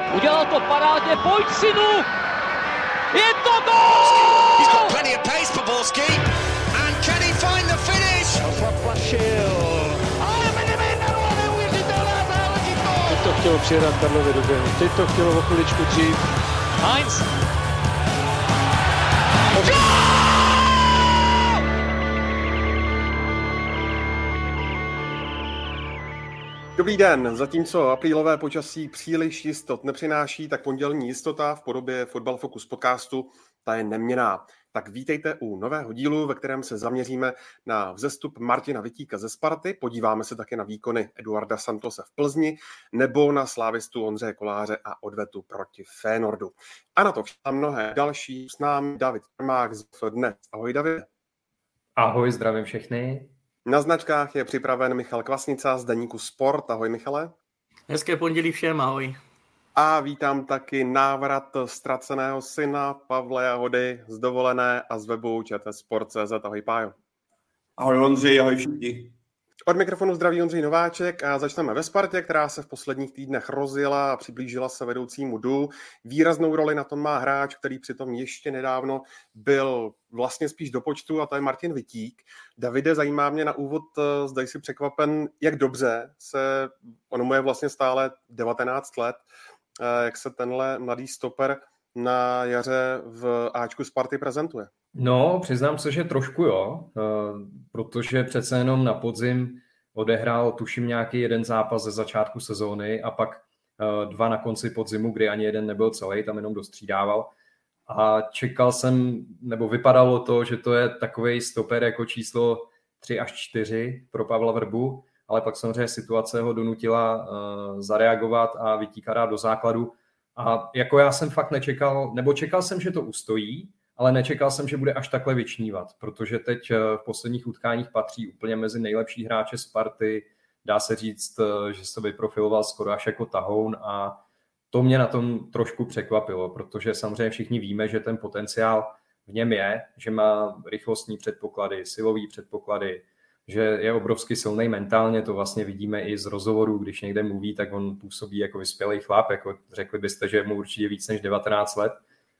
Udělal to parádně, pojď synu! Je to gól! He's got plenty of pace for Borski. And can he find the finish? Ale Benevenero, neuvěřitelná záležitost! Teď to chtělo přijedat Karlově do běhu, teď to chtělo o chviličku dřív. Heinz! Dobrý den, zatímco aprílové počasí příliš jistot nepřináší, tak pondělní jistota v podobě Fotbal Focus podcastu, ta je neměnná. Tak vítejte u nového dílu, ve kterém se zaměříme na vzestup Martina Vitíka ze Sparty, podíváme se také na výkony Eduarda Santose v Plzni nebo na slávistu Ondřeje Koláře a odvetu proti Fénordu. A na to a mnohé další s námi David Trmák z Dnes. Ahoj David. Ahoj, zdravím všechny. Na značkách je připraven Michal Kvasnica z deníku Sport. Ahoj Michale. Hezké pondělí všem, ahoj. A vítám taky návrat ztraceného syna Pavla Jahody z dovolené a z webu ČT-sport.cz. Ahoj Pájo. Ahoj Ondřej, ahoj všichni. Od mikrofonu zdraví Ondřej Nováček a začneme ve Spartě, která se v posledních týdnech rozjela a přiblížila se vedoucímu Du. Výraznou roli na tom má hráč, který přitom ještě nedávno byl vlastně spíš do počtu, a to je Martin Vitík. Davide, zajímá mě na úvod, zda jsi překvapen, jak dobře se, ono mu je vlastně stále 19 let, jak se tenhle mladý stoper na jaře v Ačku Sparty prezentuje. No, přiznám se, že trošku jo, protože přece jenom na podzim odehrál tuším nějaký jeden zápas ze začátku sezóny a pak 2 na konci podzimu, kdy ani jeden nebyl celý, tam jenom dostřídával. A čekal jsem, nebo vypadalo to, že to je takovej stoper jako číslo 3 až 4 pro Pavla Vrbu, ale pak samozřejmě situace ho donutila zareagovat a Vitíka dát do základu. A jako já jsem fakt nečekal, nebo čekal jsem, že to ustojí, ale nečekal jsem, že bude až takhle vyčnívat, protože teď v posledních utkáních patří úplně mezi nejlepší hráče Sparty. Dá se říct, že se vyprofiloval skoro až jako tahoun a to mě na tom trošku překvapilo, protože samozřejmě všichni víme, že ten potenciál v něm je, že má rychlostní předpoklady, silový předpoklady, že je obrovsky silný mentálně, to vlastně vidíme i z rozhovorů, když někde mluví, tak on působí jako vyspělý chlap, jako řekli byste, že mu určitě víc než 19 let.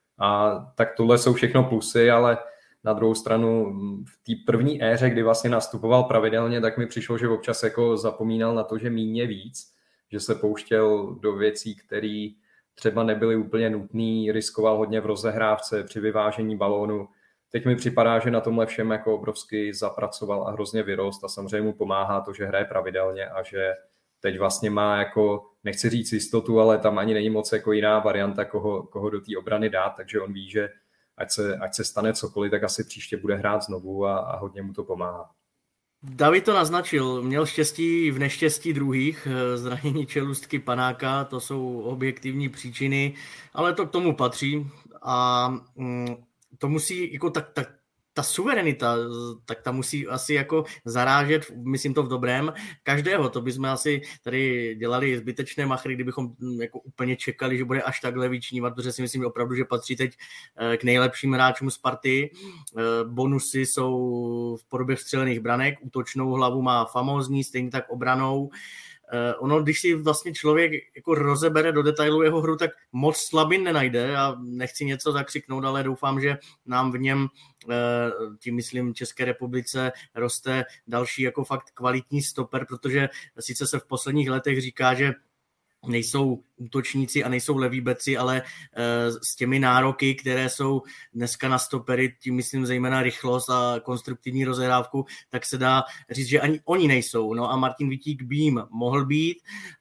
A tak tohle jsou všechno plusy, ale na druhou stranu v té první éře, kdy vlastně nastupoval pravidelně, tak mi přišlo, že občas jako zapomínal na to, že míň je víc, že se pouštěl do věcí, které třeba nebyly úplně nutné, riskoval hodně v rozehrávce při vyvážení balónu. Teď mi připadá, že na tomhle všem jako obrovsky zapracoval a hrozně vyrost a samozřejmě mu pomáhá to, že hraje pravidelně a že teď vlastně má jako, nechci říct jistotu, ale tam ani není moc jako jiná varianta, koho do té obrany dát, takže on ví, že ať se stane cokoliv, tak asi příště bude hrát znovu a hodně mu to pomáhá. David to naznačil, měl štěstí v neštěstí druhých, zranění čelustky panáka, to jsou objektivní příčiny, ale to k tomu patří a to musí, jako ta suverenita, tak ta musí asi jako zarážet, myslím to v dobrém, každého. To bychom asi tady dělali zbytečné machry, kdybychom jako úplně čekali, že bude až takhle vyčnívat, protože si myslím opravdu, že patří teď k nejlepším hráčům Sparty. Bonusy jsou v podobě vstřelených branek, útočnou hlavu má famózní, stejně tak obranou. Ono, když si vlastně člověk jako rozebere do detailu jeho hru, tak moc slabin nenajde a nechci něco zakřiknout, ale doufám, že nám v něm, tím myslím České republice, roste další jako fakt kvalitní stoper, protože sice se v posledních letech říká, že nejsou útočníci a nejsou leví beci, ale s těmi nároky, které jsou dneska na stopery, tím myslím zejména rychlost a konstruktivní rozehrávku, tak se dá říct, že ani oni nejsou. No a Martin Vitík by jim mohl být.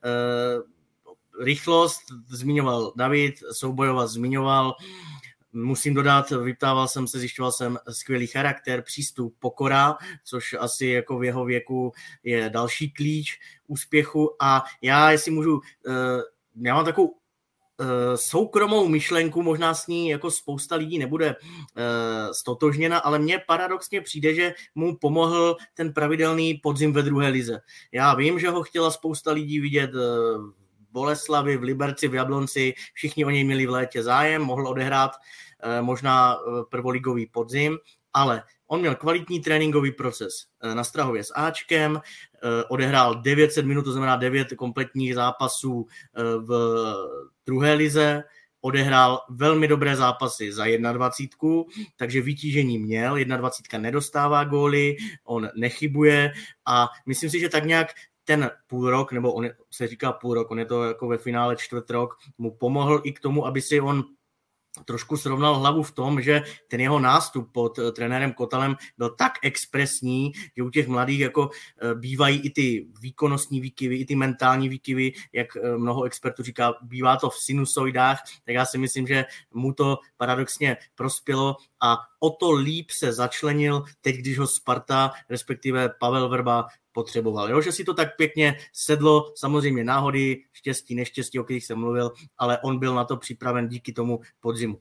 Rychlost zmiňoval David, soubojovat zmiňoval. Musím dodat, vyptával jsem se, zjišťoval jsem skvělý charakter, přístup, pokora, což asi jako v jeho věku je další klíč úspěchu. A já, jestli můžu, já mám takovou soukromou myšlenku, možná s ní jako spousta lidí nebude stotožněna, ale mně paradoxně přijde, že mu pomohl ten pravidelný podzim ve druhé lize. Já vím, že ho chtěla spousta lidí vidět v Boleslavi, v Liberci, v Jablonci, všichni o něj měli v létě zájem, mohl odehrát možná prvoligový podzim, ale on měl kvalitní tréninkový proces na Strahově s Ačkem, odehrál 900 minut, to znamená 9 kompletních zápasů v druhé lize, odehrál velmi dobré zápasy za 21, takže vytížení měl, 21 nedostává góly, on nechybuje a myslím si, že tak nějak ten půl rok, nebo on se říká půl rok, on je to jako ve finále čtvrt rok, mu pomohl i k tomu, aby si on trošku srovnal hlavu v tom, že ten jeho nástup pod trenérem Kotalem byl tak expresní, že u těch mladých jako bývají i ty výkonnostní výkyvy, i ty mentální výkyvy, jak mnoho expertů říká, bývá to v sinusoidách, tak já si myslím, že mu to paradoxně prospělo a o to líp se začlenil teď, když ho Sparta, respektive Pavel Vrba potřeboval. Jo? Že si to tak pěkně sedlo, samozřejmě náhody, štěstí, neštěstí, o kterých jsem mluvil, ale on byl na to připraven díky tomu podzimu.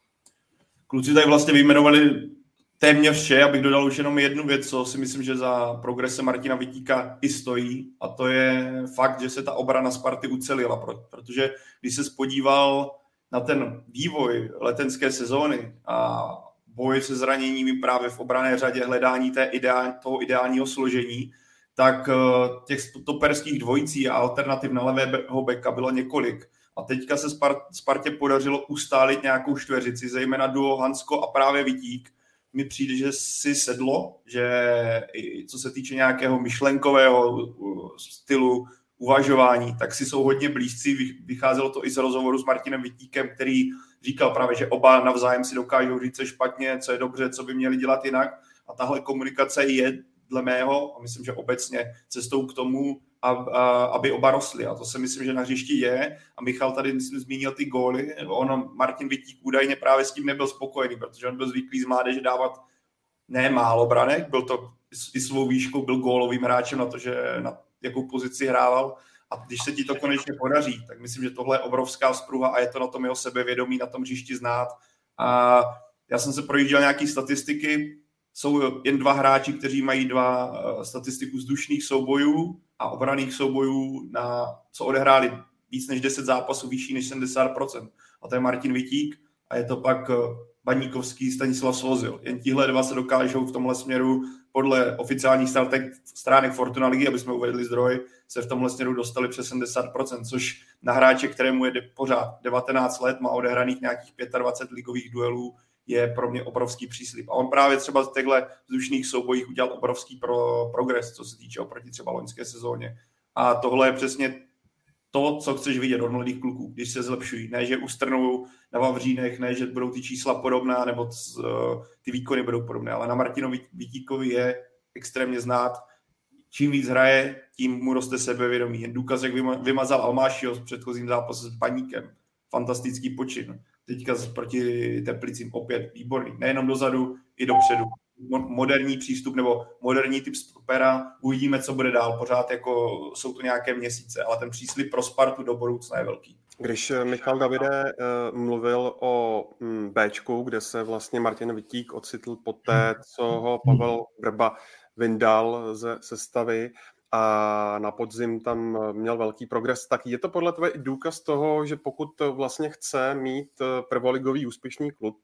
Kluci tady vlastně vyjmenovali téměř vše, abych dodal už jenom jednu věc, co si myslím, že za progresem Martina Vitíka i stojí, a to je fakt, že se ta obrana Sparty ucelila, protože když se spodíval na ten vývoj letenské sezóny a boj se zraněními právě v obranné řadě, hledání toho ideálního složení, tak těch stoperských dvojicí a alternativ na levého beka bylo několik. A teďka se Spartě podařilo ustálit nějakou čtveřici, zejména duo Hansko a právě Vitík. Mi přijde, že si sedlo, že i co se týče nějakého myšlenkového stylu uvažování, tak si jsou hodně blízcí. Vycházelo to i z rozhovoru s Martinem Vitíkem, který říkal právě, že oba navzájem si dokážou říct, co je špatně, co je dobře, co by měli dělat jinak. A tahle komunikace je dle mého, a myslím, že obecně cestou k tomu, aby oba rostli. A to si myslím, že na hřišti je. A Michal tady, myslím, zmínil ty góly. Martin Vitík údajně právě s tím nebyl spokojený, protože on byl zvyklý z mládeže dávat ne málo branek, byl to i svou výškou, byl gólovým hráčem na to, že na jakou pozici hrával. A když se ti to konečně podaří, tak myslím, že tohle je obrovská vzpruha a je to na tom jeho sebevědomí, na tom hřišti znát. A já jsem se projížděl nějaký statistiky, jsou jen 2 hráči, kteří mají 2 statistiku vzdušných soubojů a obranných soubojů, co odehráli víc než 10 zápasů, vyšší než 70%. A to je Martin Vitík a je to pak Baníkovský, Stanislav Svozil. Jen tihle 2 se dokážou v tomhle směru podle oficiálních stránek Fortuna ligy, aby jsme uvedli zdroj, se v tomhle směru dostali přes 70%, což na hráče, kterému je pořád 19 let, má odehraných nějakých 25 ligových duelů, je pro mě obrovský příslib. A on právě třeba z těchto vzdušných soubojích udělal obrovský progres, co se týče oproti třeba loňské sezóně. A tohle je přesně to, co chceš vidět od mladých kluků, když se zlepšují. Ne, že ustrnou na Vavřínech, ne, že budou ty čísla podobná, nebo ty výkony budou podobné, ale na Martinovi Vitíkovi je extrémně znát. Čím víc hraje, tím mu roste sebevědomí. Jen důkaz, jak vymazal Almášiho s předchozím zápasem s Baníkem. Fantastický počin. Teďka proti Teplicím opět výborný. Nejenom dozadu, i dopředu. Moderní přístup nebo moderní typ stopera. Uvidíme, co bude dál. Pořád jako jsou to nějaké měsíce, ale ten příslib pro Spartu do budoucna je velký. Když Michal Davide mluvil o Bčku, kde se vlastně Martin Vitík ocitl poté, co ho Pavel Vrba vyndal ze sestavy a na podzim tam měl velký progres, tak je to podle tebe i důkaz toho, že pokud vlastně chce mít prvoligový úspěšný klub,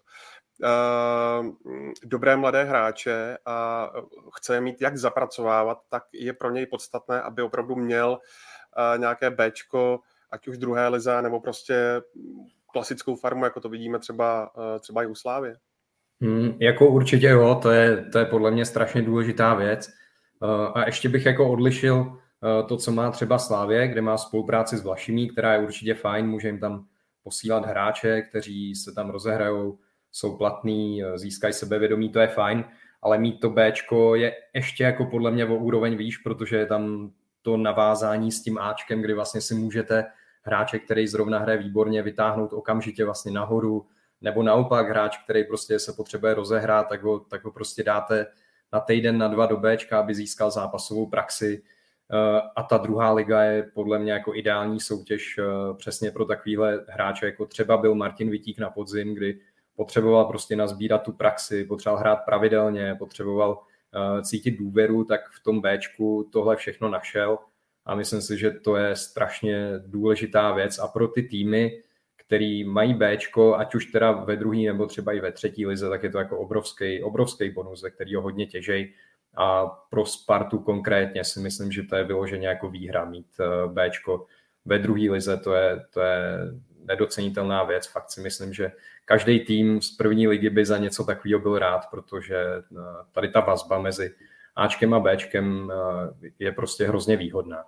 dobré mladé hráče a chce je mít jak zapracovávat, tak je pro něj podstatné, aby opravdu měl nějaké Bčko, ať už druhé lize, nebo prostě klasickou farmu, jako to vidíme třeba i u Slávie. Jako určitě jo, to je podle mě strašně důležitá věc. A ještě bych jako odlišil to, co má třeba Slavie, kde má spolupráci s Vlašimí, která je určitě fajn, může jim tam posílat hráče, kteří se tam rozehrajou, jsou platný, získají sebevědomí, to je fajn, ale mít to Bčko je ještě jako podle mě o úroveň výš, protože je tam to navázání s tím Ačkem, kdy vlastně si můžete hráče, který zrovna hraje výborně, vytáhnout okamžitě vlastně nahoru, nebo naopak hráč, který prostě se potřebuje rozehrát, tak ho prostě dáte na týden, na 2 do Bčka, aby získal zápasovou praxi. A ta druhá liga je podle mě jako ideální soutěž přesně pro takovýhle hráče, jako třeba byl Martin Vitík na podzim, kdy potřeboval prostě nazbírat tu praxi, potřeboval hrát pravidelně, potřeboval cítit důvěru, tak v tom Bčku tohle všechno našel a myslím si, že to je strašně důležitá věc a pro ty týmy, který mají Bčko, ať už teda ve druhý nebo třeba i ve třetí lize, tak je to jako obrovský bonus, ze kterého hodně těžej. A pro Spartu konkrétně si myslím, že to je vyloženě jako výhra mít Bčko ve druhý lize, to je nedocenitelná věc. Fakt si myslím, že každý tým z první ligy by za něco takového byl rád, protože tady ta vazba mezi Ačkem a Bčkem je prostě hrozně výhodná.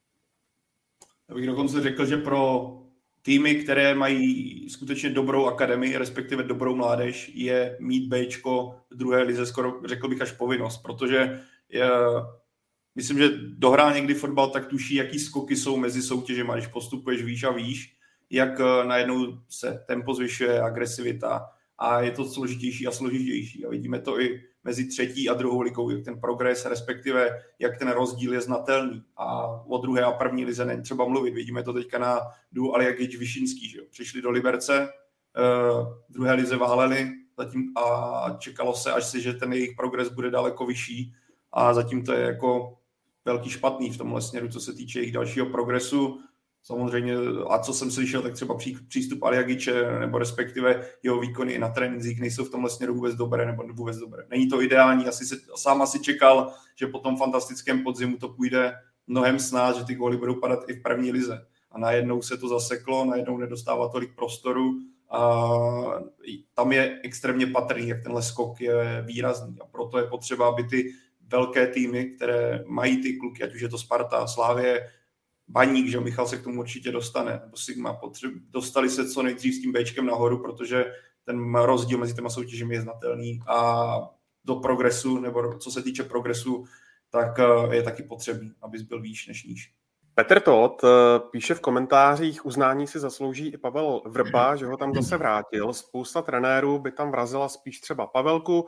Já bych dokonce řekl, že pro týmy, které mají skutečně dobrou akademii, respektive dobrou mládež, je mít Bčko v druhé lize skoro, řekl bych, až povinnost, protože myslím, že dohrál někdy fotbal, tak tuší, jaký skoky jsou mezi soutěžemi, když postupuješ výš a výš, jak najednou se tempo zvyšuje, agresivita a je to složitější a složitější. A vidíme to i mezi třetí a druhou ligou, jak ten progres, respektive jak ten rozdíl je znatelný. A o druhé a první lize není třeba mluvit. Vidíme to teďka na duo Aliagic Vyšinský. Že? Přišli do Liberce, v druhé lize váleli zatím a čekalo se, až si, že ten jejich progres bude daleko vyšší. A zatím to je jako velký špatný v tomhle směru, co se týče jejich dalšího progresu. Samozřejmě, a co jsem slyšel, tak třeba přístup Aliagiče, nebo respektive jeho výkony i na trénincích nejsou v tomhle směru vůbec dobré, nebo vůbec dobré. Není to ideální, sám asi čekal, že po tom fantastickém podzimu to půjde mnohem snáz, že ty góly budou padat i v první lize. A najednou se to zaseklo, najednou nedostává tolik prostoru a tam je extrémně patrný, jak tenhle skok je výrazný. A proto je potřeba, aby ty velké týmy, které mají ty kluky, ať už je to Sparta, Slavie, Baník, že Michal se k tomu určitě dostane, nebo Sigma, dostali se co nejdřív s tím Bčkem nahoru, protože ten rozdíl mezi těma soutěžemi je znatelný a do progresu, nebo co se týče progresu, tak je taky potřebný, abys byl výš než níž. Petr Todt píše v komentářích, uznání si zaslouží i Pavel Vrba, že ho tam zase vrátil. Spousta trenérů by tam vrazila spíš třeba Pavelku,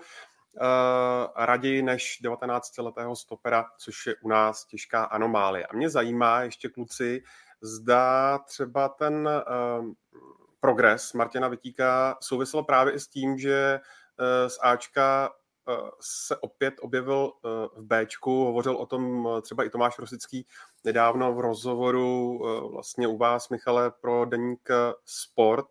raději než 19letého stopera, což je u nás těžká anomálie. A mě zajímá ještě, kluci, zda třeba ten progres Martina Vitíka souvisel právě i s tím, že z Ačka se opět objevil v Bčku, hovořil o tom třeba i Tomáš Rosický nedávno v rozhovoru vlastně u vás, Michale, pro deník Sport.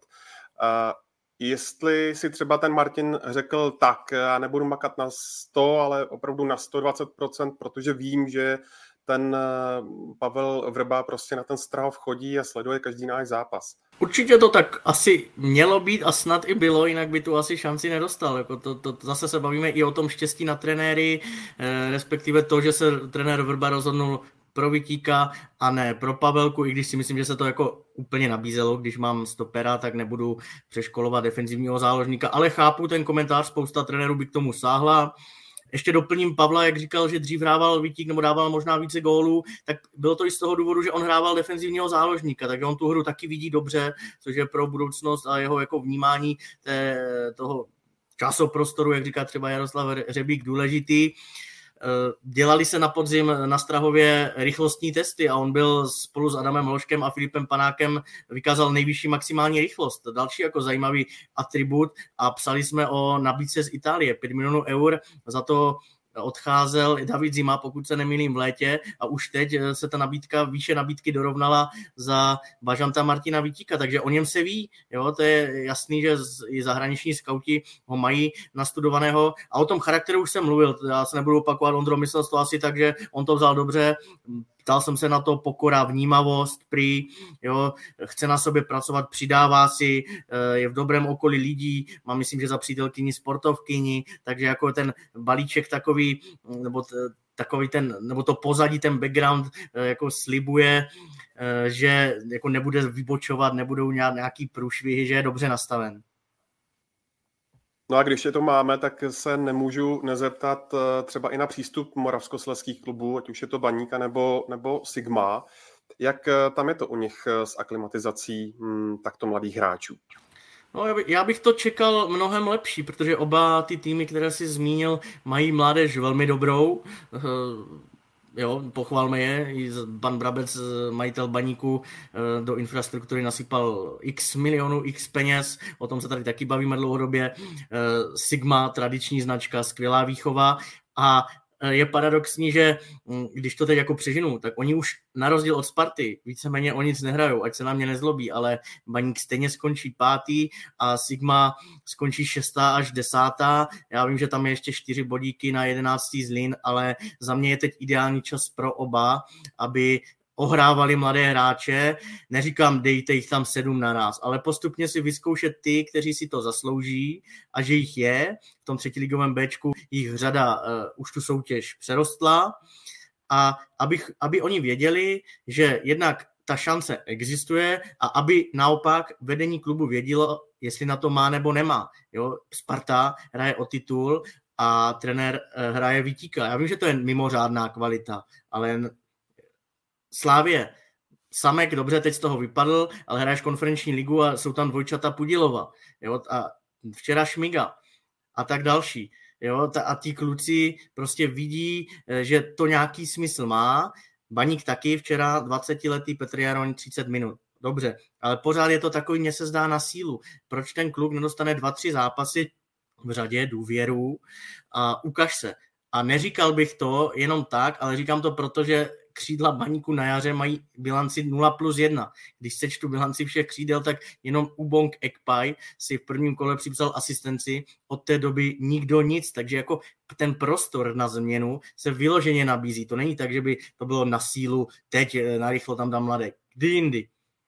Jestli si třeba ten Martin řekl, tak já nebudu makat na 100, ale opravdu na 120%, protože vím, že ten Pavel Vrba prostě na ten Strahov chodí a sleduje každý náš zápas. Určitě to tak asi mělo být a snad i bylo, jinak by tu asi šanci nedostal. Jako to zase se bavíme i o tom štěstí na trenéry, respektive to, že se trenér Vrba rozhodnul pro Vitíka a ne pro Pavelku, i když si myslím, že se to jako úplně nabízelo, když mám stopera, tak nebudu přeškolovat defenzivního záložníka, ale chápu ten komentář, spousta trenérů by k tomu sáhla. Ještě doplním Pavla, jak říkal, že dřív hrával Vitík nebo dával možná více gólů, tak bylo to i z toho důvodu, že on hrával defenzivního záložníka, takže on tu hru taky vidí dobře, což je pro budoucnost a jeho jako vnímání toho časoprostoru, jak říká třeba Jaroslav Řebík, důležitý. Dělali se na podzim na Strahově rychlostní testy a on byl spolu s Adamem Hloškem a Filipem Panákem vykázal nejvyšší maximální rychlost. Další jako zajímavý atribut a psali jsme o nabídce z Itálie, 5 milionů eur, za to odcházel David Zima, pokud se nemýlím, v létě a už teď se ta výše nabídky dorovnala za bažanta Martina Vitíka, takže o něm se ví, jo, to je jasný, že i zahraniční skauti ho mají nastudovaného a o tom charakteru už jsem mluvil, já se nebudu opakovat, Ondro, myslel to asi tak, že on to vzal dobře, ptal jsem se na to, pokora, vnímavost, jo, chce na sobě pracovat, přidává si, je v dobrém okolí lidí, mám myslím, že za přítelkyni sportovkyni, takže jako ten balíček takový, nebo to pozadí, ten background jako slibuje, že jako nebude vybočovat, nebudou nějaký průšvihy, že je dobře nastaven. No a když je to máme, tak se nemůžu nezeptat třeba i na přístup moravskoslezských klubů, ať už je to Baníka nebo Sigma. Jak tam je to u nich s aklimatizací takto mladých hráčů? No, já bych to čekal mnohem lepší, protože oba ty týmy, které jsi zmínil, mají mládež velmi dobrou. Jo, pochválme je. Pan Brabec, majitel Baníku, do infrastruktury nasypal x milionů, x peněz. O tom se tady taky bavíme dlouhodobě. Sigma, tradiční značka, skvělá výchova a je paradoxní, že když to teď jako přežinu, tak oni už na rozdíl od Sparty víceméně o nic nehrajou, ať se na mě nezlobí, ale Baník stejně skončí 5. a Sigma skončí 6. až 10. Já vím, že tam je ještě 4 bodíky na 11. Zlín, ale za mě je teď ideální čas pro oba, aby ohrávali mladé hráče, neříkám dejte jich tam 7 naraz, ale postupně si vyzkoušet ty, kteří si to zaslouží a že jich je, v tom třetiligovém Bčku jich řada už tu soutěž přerostla a aby oni věděli, že jednak ta šance existuje a aby naopak vedení klubu vědělo, jestli na to má nebo nemá. Jo? Sparta hraje o titul a trenér hraje Vítíka. Já vím, že to je mimořádná kvalita, ale Slávě, Samek, dobře, teď z toho vypadl, ale hraješ konferenční ligu a jsou tam dvojčata Pudilova. Jo? A včera Šmiga a tak další. Jo? A ti kluci prostě vidí, že to nějaký smysl má. Baník taky včera 20letý Petr Jaroň 30 minut. Dobře, ale pořád je to takový, mně se zdá na sílu. Proč ten kluk nedostane 2-3 zápasy v řadě důvěru a ukaž se. A neříkal bych to jenom tak, ale říkám to proto, že křídla Baníku na jaře mají bilanci 0+1. Když sečtu bilanci všech křídel, tak jenom Ubong Ekpaj si v prvním kole připsal asistenci, od té doby nikdo nic, takže jako ten prostor na změnu se vyloženě nabízí. To není tak, že by to bylo na sílu, teď narychlo tam dám mladé. Kdy jindy?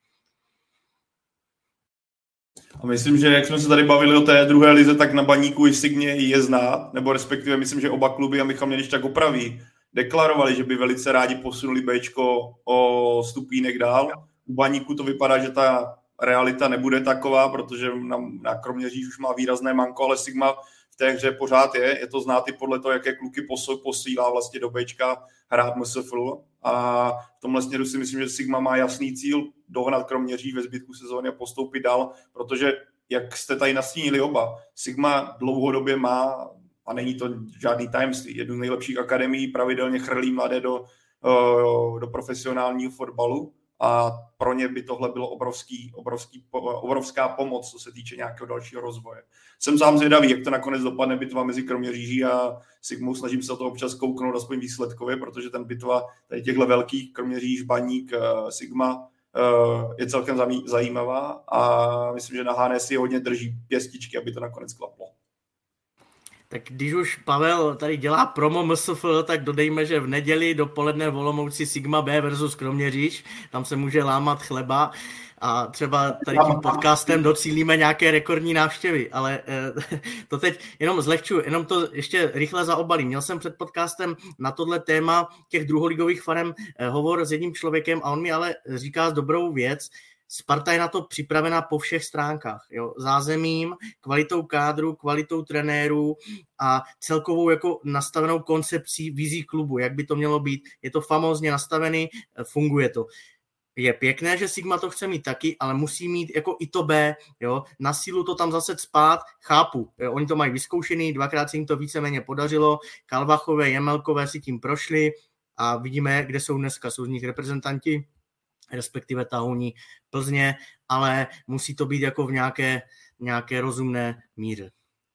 A myslím, že jak jsme se tady bavili o té druhé lize, tak na Baníku i Sigmě je znát, nebo respektive myslím, že oba kluby, a Michal mě když tak opraví, deklarovali, že by velice rádi posunuli Bčko o stupínek dál. U Baníku to vypadá, že ta realita nebude taková, protože na Kroměříž už má výrazné manko, ale Sigma v té hře pořád je to znát i podle toho, jaké kluky posílá vlastně do Bčka hrát MSFL. A v tomhle směru si myslím, že Sigma má jasný cíl dohnat Kroměříž ve zbytku sezóny a postoupit dál, protože, jak jste tady nastínili oba, Sigma dlouhodobě má, a není to žádný tajemství, jednu z nejlepších akademií, pravidelně chrlí mladé do profesionálního fotbalu a pro ně by tohle bylo obrovská pomoc, co se týče nějakého dalšího rozvoje. Jsem sám zvědavý, jak to nakonec dopadne bitva mezi Kroměříží a Sigmou, snažím se o to občas kouknout aspoň výsledkově, protože ten bitva tady těchto velkých, Kroměříž, Baník, Sigma, je celkem zajímavá a myslím, že na HNS si hodně drží pěstičky, aby to nakonec klaplo. Tak když už Pavel tady dělá promo MSFL, tak dodejme, že v neděli dopoledne v Olomouci Sigma B versus Kroměříž, tam se může lámat chleba a třeba tady tím podcastem docílíme nějaké rekordní návštěvy, ale to teď jenom zlehčuju, jenom to ještě rychle zaobalím. Měl jsem před podcastem na tohle téma těch druholigových farem hovor s jedním člověkem a on mi ale říká dobrou věc. Sparta je na to připravena po všech stránkách. Jo? Zázemím, kvalitou kádru, kvalitou trenérů a celkovou jako nastavenou koncepcí, vizí klubu, jak by to mělo být. Je to famózně nastavený, funguje to. Je pěkné, že Sigma to chce mít taky, ale musí mít jako i to B. Jo? Na sílu to tam zase cpát, chápu. Jo? Oni to mají vyzkoušený, dvakrát se jim to víceméně podařilo. Kalvachové, Jemelkové si tím prošli a vidíme, kde jsou dneska. Jsou z nich reprezentanti, respektive tahouní Plzně, ale musí to být jako v nějaké rozumné míře.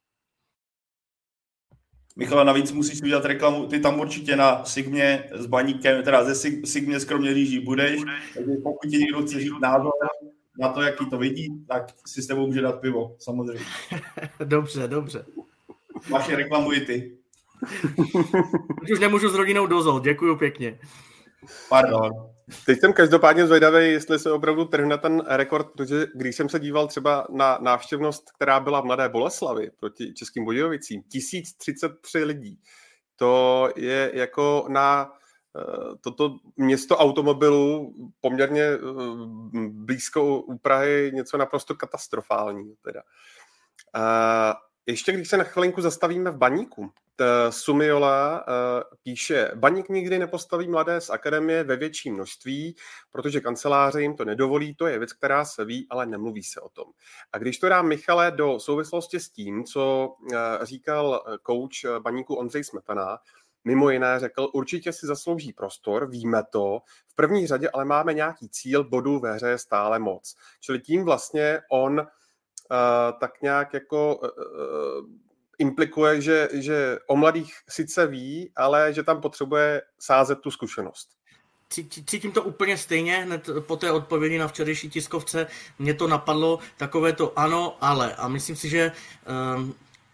Michale, navíc musíš udělat reklamu, ty tam určitě na Sigmě s Baníkem, teda ze Sigmě z Kroměříží budeš, takže pokud ti někdo chce říct názor na to, jaký to vidí, tak si s tebou může dát pivo, samozřejmě. Dobře. Vaše reklamuj ty. Už nemůžu s rodinou dozol, děkuju pěkně. Pardon. Teď jsem každopádně zvědavý, jestli se opravdu trhne ten rekord, protože když jsem se díval třeba na návštěvnost, která byla v Mladé Boleslavi proti Českým Budějovicím, 1033 lidí. To je jako na toto město automobilů poměrně blízko u Prahy něco naprosto katastrofální. Teda. Ještě když se na chvilinku zastavíme v Baníku, Sumiola píše, Baník nikdy nepostaví mladé z akademie ve větší množství, protože kanceláře jim to nedovolí, to je věc, která se ví, ale nemluví se o tom. A když to dám, Michale, do souvislosti s tím, co říkal kouč Baníku Ondřej Smetana, mimo jiné řekl, určitě si zaslouží prostor, víme to, v první řadě ale máme nějaký cíl, bodů ve hře je stále moc. Čili tím vlastně on tak nějak jako implikuje, že o mladých sice ví, ale že tam potřebuje sázet tu zkušenost. Cítím to úplně stejně, hned po té odpovědi na včerejší tiskovce mě to napadlo, takové to ano, ale. A myslím si, že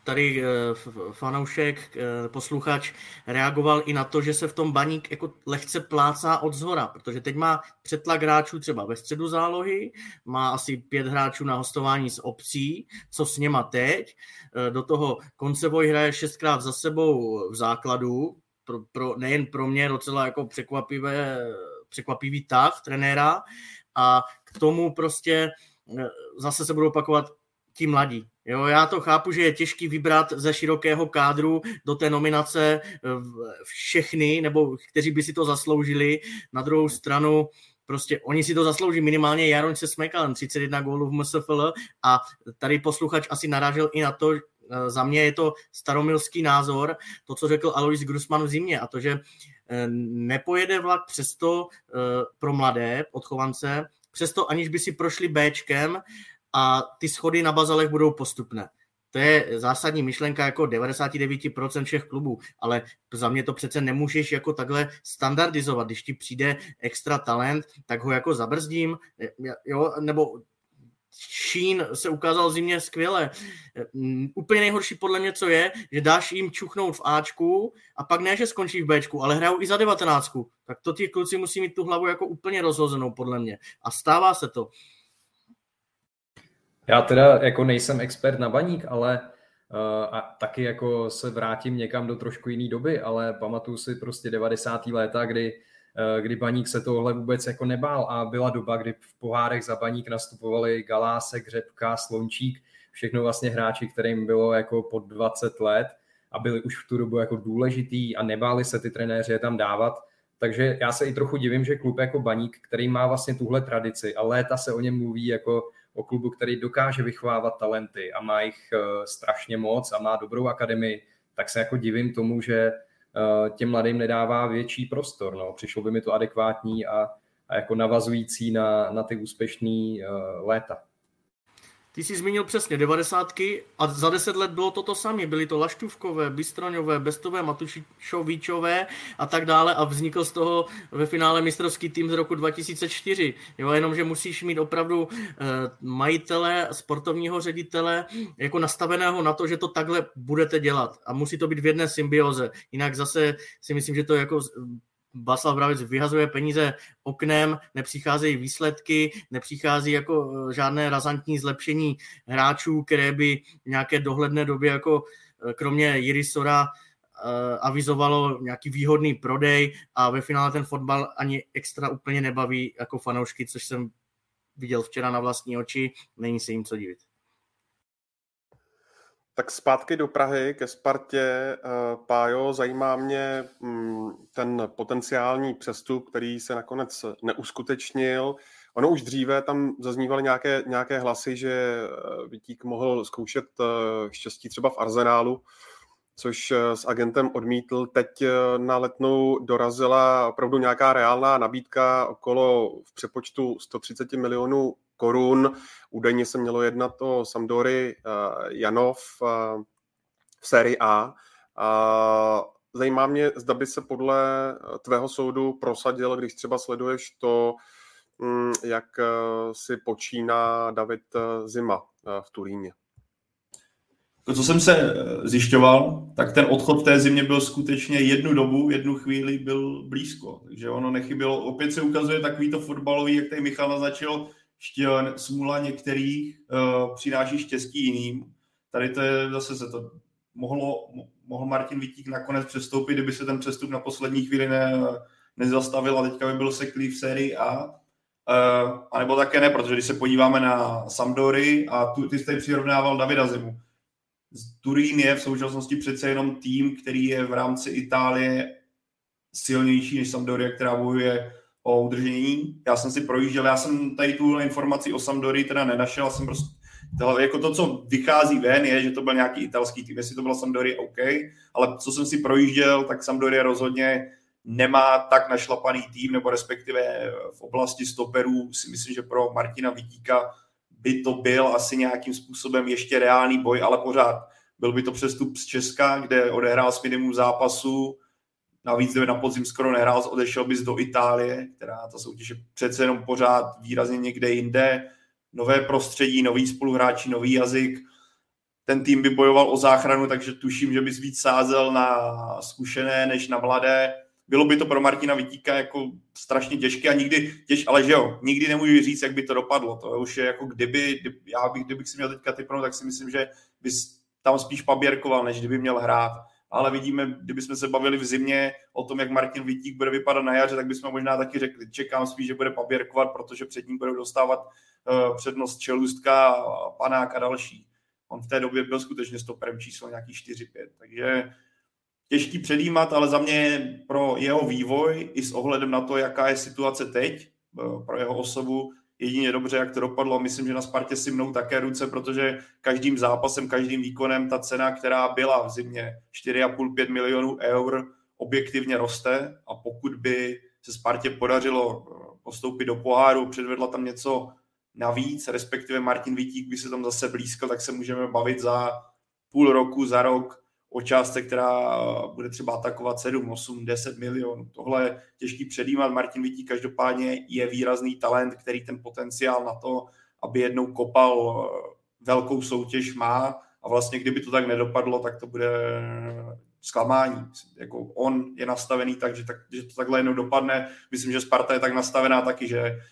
tady fanoušek, posluchač reagoval i na to, že se v tom Baník jako lehce plácá od zhora, protože teď má přetlak hráčů třeba ve středu zálohy, má asi 5 hráčů na hostování z Obcí, co s něma teď, do toho Koncevoj hraje 6krát za sebou v základu, nejen pro mě docela jako překvapivý tah trenéra, a k tomu prostě zase se budou opakovat ti mladí. Jo, já to chápu, že je těžký vybrat ze širokého kádru do té nominace všechny, nebo kteří by si to zasloužili. Na druhou stranu prostě oni si to zaslouží, minimálně Jaroň se Smekalem, 31 gólů v MSFL, a tady posluchač asi narážel i na to, za mě je to staromilský názor, to, co řekl Alois Grusman v zimě, a to, že nepojede vlak přesto pro mladé odchovance, přesto aniž by si prošli Bčkem, a ty schody na bazalech budou postupné. To je zásadní myšlenka jako 99% všech klubů, ale za mě to přece nemůžeš jako takhle standardizovat. Když ti přijde extra talent, tak ho jako zabrzdím, jo, nebo Šín se ukázal v zimě skvěle. Úplně nejhorší podle mě, co je, že dáš jim čuchnout v Ačku a pak ne, že skončí v Bčku, ale hrajou i za 19. Tak to ti kluci musí mít tu hlavu jako úplně rozhozenou podle mě. A stává se to. Já teda jako nejsem expert na Baník, ale a taky jako se vrátím někam do trošku jiný doby, ale pamatuju si prostě 90. léta, kdy Baník se tohle vůbec jako nebál, a byla doba, kdy v pohárech za Baník nastupovali Galásek, Řepka, Slončík, všechno vlastně hráči, kterým bylo jako pod 20 let a byli už v tu dobu jako důležitý a nebáli se ty trenéři je tam dávat. Takže já se i trochu divím, že klub jako Baník, který má vlastně tuhle tradici a léta se o něm mluví jako o klubu, který dokáže vychovávat talenty a má jich strašně moc a má dobrou akademii, tak se jako divím tomu, že těm mladým nedává větší prostor. No. Přišlo by mi to adekvátní a jako navazující na ty úspěšný léta. Ty jsi zmínil přesně 90. a za 10 let bylo to samé. Byly to Laštůvkové, Bystroňové, Bestové, Matušovíčové a tak dále, a vznikl z toho ve finále mistrovský tým z roku 2004. Jo, jenom, že musíš mít opravdu majitele, sportovního ředitele jako nastaveného na to, že to takhle budete dělat, a musí to být v jedné symbioze. Jinak zase si myslím, že to jako Václav Brabec vyhazuje peníze oknem, nepřicházejí výsledky, nepřichází jako žádné razantní zlepšení hráčů, které by v nějaké dohledné době jako kromě Jiry Sora avizovalo nějaký výhodný prodej, a ve finále ten fotbal ani extra úplně nebaví jako fanoušky, což jsem viděl včera na vlastní oči, není se jim co divit. Tak zpátky do Prahy ke Spartě. Pájo, zajímá mě ten potenciální přestup, který se nakonec neuskutečnil. Ono už dříve tam zaznívaly nějaké hlasy, že Vítík mohl zkoušet štěstí třeba v Arsenálu, což s agentem odmítl. Teď na Letnou dorazila opravdu nějaká reálná nabídka okolo v přepočtu 130 milionů korun. Údajně se mělo jednat o Sampdory Janov v sérii A. Zajímá mě, zda by se podle tvého soudu prosadil, když třeba sleduješ to, jak si počíná David Zima v Turíně. Co jsem se zjišťoval, tak ten odchod v té zimě byl skutečně jednu chvíli byl blízko. Takže ono nechybělo. Opět se ukazuje takovýto fotbalový, jak tady Michal naznačil, smůla některých přináší štěstí jiným. Tady to je zase se to mohl Martin Vítík nakonec přestoupit, kdyby se ten přestup na poslední chvíli nezastavil a teďka by byl seklý v sérii A. A nebo také ne, protože když se podíváme na Sampdory a ty jsi přirovnával Davida Zimu. Turín je v současnosti přece jenom tým, který je v rámci Itálie silnější než Sampdoria, která bojuje o udržení. Já jsem si projížděl, já jsem tady tu informaci o Sampdorii teda nenašel, jsem prostě, jako to, co vychází ven, je, že to byl nějaký italský tým, jestli to byla Sampdoria, OK, ale co jsem si projížděl, tak Sampdoria rozhodně nemá tak našlapaný tým, nebo respektive v oblasti stoperů si myslím, že pro Martina Vítíka by to byl asi nějakým způsobem ještě reálný boj, ale pořád byl by to přestup z Česka, kde odehrál s minimum zápasu, navíc na podzim skoro nehrál, odešel bys do Itálie, která ta soutěž je přece jenom pořád výrazně někde jinde, nové prostředí, noví spoluhráči, nový jazyk. ten tým by bojoval o záchranu, takže tuším, že bys víc sázel na zkušené než na mladé. Bylo by to pro Martina Vitíka jako strašně těžké a ale že jo, nikdy nemůžu říct, jak by to dopadlo. To už je jako kdybych si měl teďka typnout, tak si myslím, že bys tam spíš paběrkoval, než kdyby měl hrát. Ale vidíme, kdybychom se bavili v zimě o tom, jak Martin Vitík bude vypadat na jaře, tak bychom možná taky řekli, čekám spíš, že bude paběrkovat, protože před ním budou dostávat přednost Čelůstka, Panák a další. On v té době byl skutečně stoperem číslo nějaký 4-5, takže těžký předjímat, ale za mě pro jeho vývoj i s ohledem na to, jaká je situace teď, pro jeho osobu, jedině dobře, jak to dopadlo. Myslím, že na Spartě si mnou také ruce, protože každým zápasem, každým výkonem ta cena, která byla v zimě 4,5-5 milionů eur, objektivně roste a pokud by se Spartě podařilo postoupit do poháru, předvedla tam něco navíc, respektive Martin Vitík by se tam zase blízkal, tak se můžeme bavit za půl roku, za rok o částce, která bude třeba atakovat 7, 8, 10 milionů. Tohle je těžký předjímat. Martin Vitík každopádně je výrazný talent, který ten potenciál na to, aby jednou kopal velkou soutěž má a vlastně kdyby to tak nedopadlo, tak to bude zklamání. Jako on je nastavený tak, že to takhle jednou dopadne. Myslím, že Sparta je tak nastavená taky,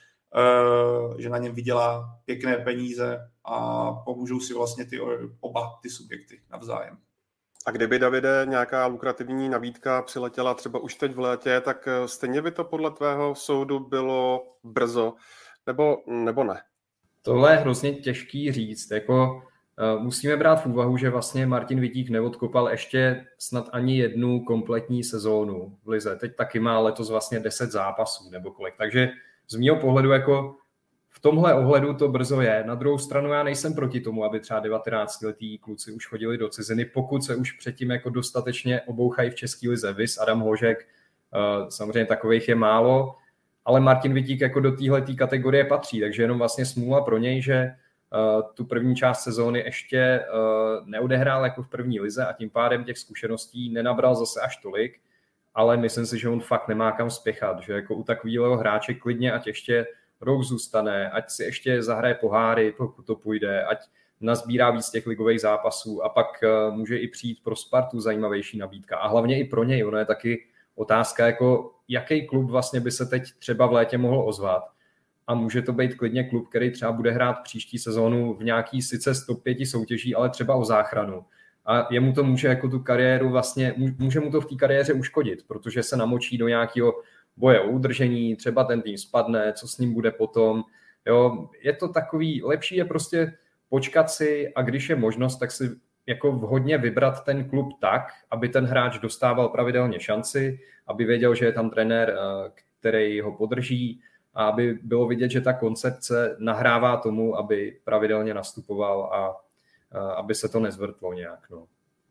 že na něm vydělá pěkné peníze a pomůžou si vlastně oba ty subjekty navzájem. A kdyby, Davide, nějaká lukrativní nabídka přiletěla třeba už teď v létě, tak stejně by to podle tvého soudu bylo brzo, nebo ne? Tohle je hrozně těžký říct. Musíme brát v úvahu, že vlastně Martin Vitík neodkopal ještě snad ani jednu kompletní sezónu v lize. Teď taky má letos vlastně 10 zápasů nebo kolik. Takže z mýho pohledu v tomhle ohledu to brzo je. Na druhou stranu já nejsem proti tomu, aby třeba 19letí kluci už chodili do ciziny, pokud se už předtím dostatečně obouchají v české lize. Vis Adam Hložek, samozřejmě takových je málo, ale Martin Vitík do téhletý kategorie patří, takže jenom vlastně smůla pro něj, že tu první část sezóny ještě neodehrál v první lize a tím pádem těch zkušeností nenabral zase až tolik, ale myslím si, že on fakt nemá kam spěchat, že u takového hráče klidně ať ještě rok zůstane, ať si ještě zahraje poháry, pokud to půjde, ať nazbírá víc těch ligových zápasů a pak může i přijít pro Spartu zajímavější nabídka. A hlavně i pro něj, ono je taky otázka, jaký klub vlastně by se teď třeba v létě mohl ozvat. A může to být klidně klub, který třeba bude hrát příští sezónu v nějaký sice z top 5 soutěží, ale třeba o záchranu. A jemu to může tu kariéru může mu to v té kariéře uškodit, protože se namočí do nějakého boje o udržení, třeba ten tým spadne, co s ním bude potom. Jo, je to takový, lepší je prostě počkat si a když je možnost, tak si vhodně vybrat ten klub tak, aby ten hráč dostával pravidelně šanci, aby věděl, že je tam trenér, který ho podrží a aby bylo vidět, že ta koncepce nahrává tomu, aby pravidelně nastupoval a aby se to nezvrtlo nějak. No.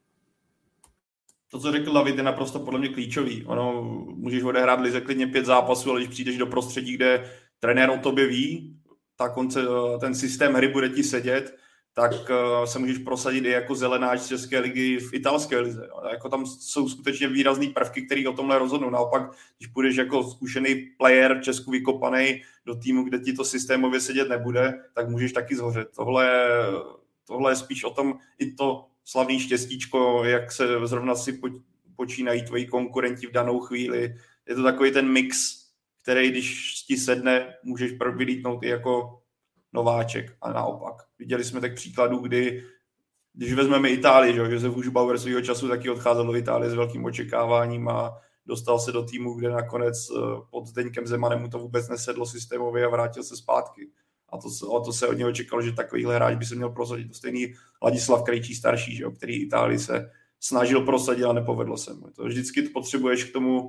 To, co řekl David, je naprosto podle mě klíčový. Můžeš odehrát lize klidně 5 zápasů, ale když přijdeš do prostředí, kde trenér o tobě ví, ten systém hry bude ti sedět, tak se můžeš prosadit i jako zelenáč z České ligy v italské lize. Tam jsou skutečně výrazný prvky, které o tomhle rozhodnou. Naopak, když půjdeš jako zkušený player, Česku vykopaný do týmu, kde ti to systémově sedět nebude, tak můžeš taky zhořet. Tohle je spíš o tom i to slavný štěstíčko, jak se zrovna si počínají tvoji konkurenti v danou chvíli. Je to takový ten mix, který když ti sedne, můžeš vylítnout i jako nováček a naopak. Viděli jsme tak příkladů, když vezmeme Itálii, že Josef Užbauer svýho času taky odcházel do Itálie s velkým očekáváním a dostal se do týmu, kde nakonec pod Zdeňkem Zemanem mu to vůbec nesedlo systémově a vrátil se zpátky. A to se od něho čekalo, že takovýhle hráč by se měl prosadit. To stejný Ladislav Krejčí starší, že který Itálii se snažil prosadit a nepovedlo se mu. To vždycky potřebuješ k tomu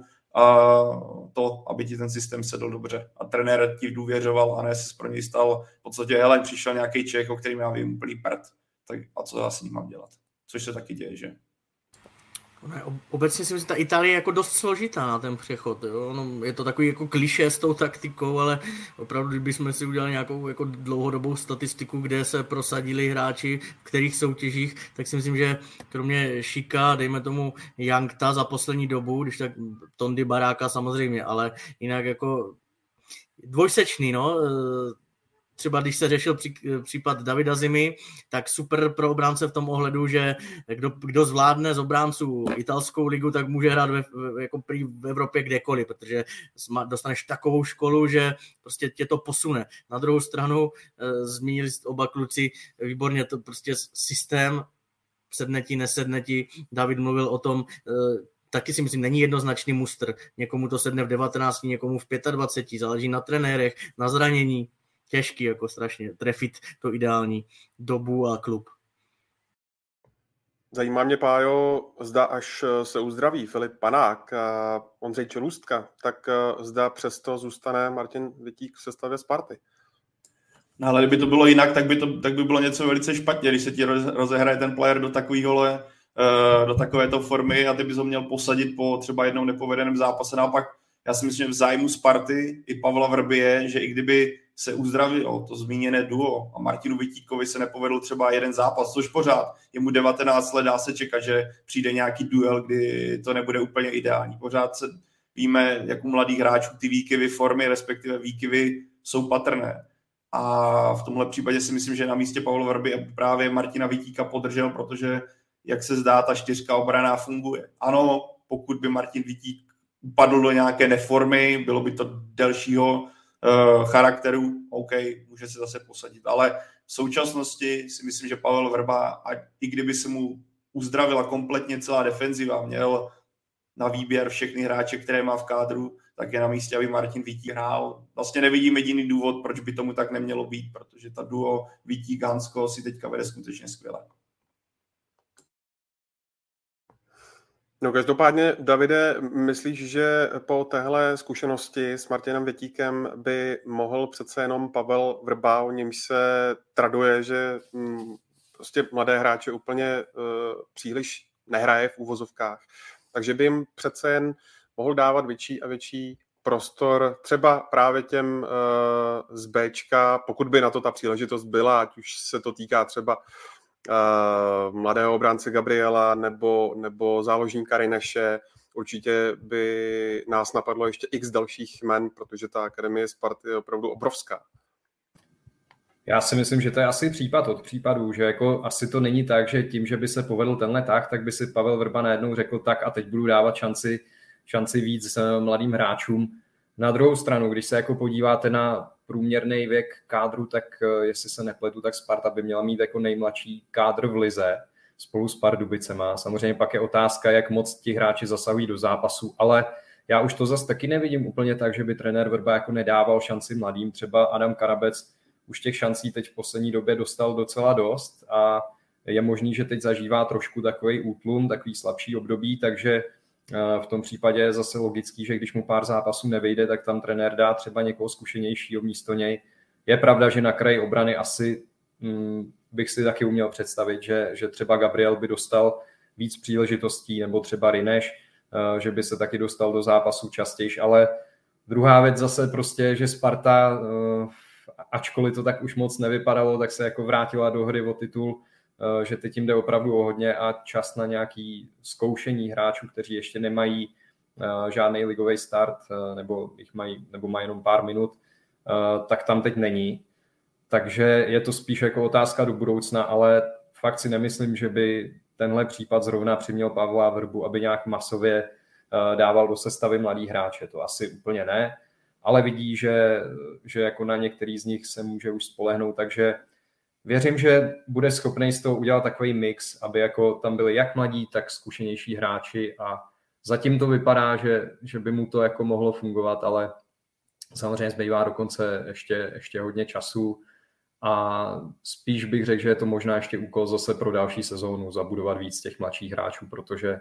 aby ti ten systém sedl dobře. A trenér ti důvěřoval a ne se pro něj stal v podstatě přišel nějaký Čech, o kterým já vím úplný prd. Tak a co já s ním mám dělat? Což se taky děje, že? Obecně si myslím, že ta Itálie je dost složitá na ten přechod. Jo? Je to takový klišé s tou taktikou, ale opravdu, kdybychom si udělali nějakou dlouhodobou statistiku, kde se prosadili hráči v kterých soutěžích, tak si myslím, že kromě Šika, dejme tomu Jankta za poslední dobu, když tak Tondy Baráka samozřejmě, ale jinak dvojsečný, třeba když se řešil případ Davida Zimy, tak super pro obránce v tom ohledu, že kdo zvládne z obránců italskou ligu, tak může hrát jako v Evropě kdekoliv, protože dostaneš takovou školu, že prostě tě to posune. Na druhou stranu zmínili oba kluci výborně to prostě systém, sedne ti, nesedne ti. David mluvil o tom, taky si myslím, není jednoznačný mustr. Někomu to sedne v 19, někomu v 25, záleží na trenérech, na zranění. Těžký, jako strašně, trefit to ideální dobu a klub. Zajímá mě, Pájo, zda až se uzdraví Filip Panák a Ondřej Čelůstka, tak zda přesto zůstane Martin Vitík v sestavě Sparty. No ale kdyby to bylo jinak, tak by bylo něco velice špatně, když se ti rozehraje ten player do takovéto formy a ty bys ho měl posadit po třeba jednou nepovedeném zápase. Naopak, já si myslím, že v zájmu Sparty i Pavla Vrby je, že i kdyby se uzdravilo to zmíněné duo a Martinu Vitíkovi se nepovedl třeba jeden zápas, což pořád je mu 19 let, dá se čekat, že přijde nějaký duel, kdy to nebude úplně ideální. Pořád víme, jak u mladých hráčů ty výkyvy formy, respektive výkyvy jsou patrné. A v tomhle případě si myslím, že na místě Pavla Vrby a právě Martina Vitíka podržel, protože, jak se zdá, ta 4 obrana funguje. Ano, pokud by Martin Vitík upadl do nějaké neformy, bylo by to delšího charakteru, OK, může se zase posadit. Ale v současnosti si myslím, že Pavel Vrba, a i kdyby se mu uzdravila kompletně celá defenziva, měl na výběr všechny hráče, které má v kádru, tak je na místě, aby Martin Vitík hrál. Vlastně nevidím jediný důvod, proč by tomu tak nemělo být, protože ta duo Vitík-Hansko si teďka vede skutečně skvěle. No každopádně, Davide, myslíš, že po téhle zkušenosti s Martinem Vitíkem by mohl přece jenom Pavel Vrba, o němž se traduje, že prostě mladé hráče úplně příliš nehraje v úvozovkách, takže by jim přece jen mohl dávat větší a větší prostor třeba právě těm z Bčka, pokud by na to ta příležitost byla, ať už se to týká třeba mladého obránce Gabriela nebo záložníka Rineše. Určitě by nás napadlo ještě x dalších jmen, protože ta akademie Sparty je opravdu obrovská. Já si myslím, že to je asi případ od případů, že jako asi to není tak, že tím, že by se povedl tenhle tak by si Pavel Vrba najednou řekl tak a teď budu dávat šanci víc mladým hráčům. Na druhou stranu, když se jako podíváte na průměrný věk kádru, tak jestli se nepletu, tak Sparta by měla mít jako nejmladší kádr v lize spolu s Pardubicema. Samozřejmě pak je otázka, jak moc ti hráči zasahují do zápasu, ale já už to zase taky nevidím úplně tak, že by trenér Vrba jako nedával šanci mladým. Třeba Adam Karabec už těch šancí teď v poslední době dostal docela dost a je možný, že teď zažívá trošku takový útlum, takový slabší období, takže v tom případě je zase logický, že když mu pár zápasů nevejde, tak tam trenér dá třeba někoho zkušenějšího místo něj. Je pravda, že na kraji obrany asi bych si taky uměl představit, že třeba Gabriel by dostal víc příležitostí, nebo třeba Rineš, že by se taky dostal do zápasu častějš, ale druhá věc zase prostě, že Sparta, ačkoliv to tak už moc nevypadalo, tak se jako vrátila do hry o titul, že teď jim jde opravdu o hodně a čas na nějaké zkoušení hráčů, kteří ještě nemají žádný ligový start nebo mají jenom pár minut, tak tam teď není. Takže je to spíš jako otázka do budoucna, ale fakt si nemyslím, že by tenhle případ zrovna přiměl Pavla Vrbu, aby nějak masově dával do sestavy mladý hráče. To asi úplně ne, ale vidí, že jako na některý z nich se může už spolehnout, takže věřím, že bude schopný z toho udělat takový mix, aby jako tam byli jak mladí, tak zkušenější hráči a zatím to vypadá, že by mu to jako mohlo fungovat, ale samozřejmě zbývá dokonce ještě hodně času a spíš bych řekl, že je to možná ještě úkol zase pro další sezónu zabudovat víc těch mladších hráčů, protože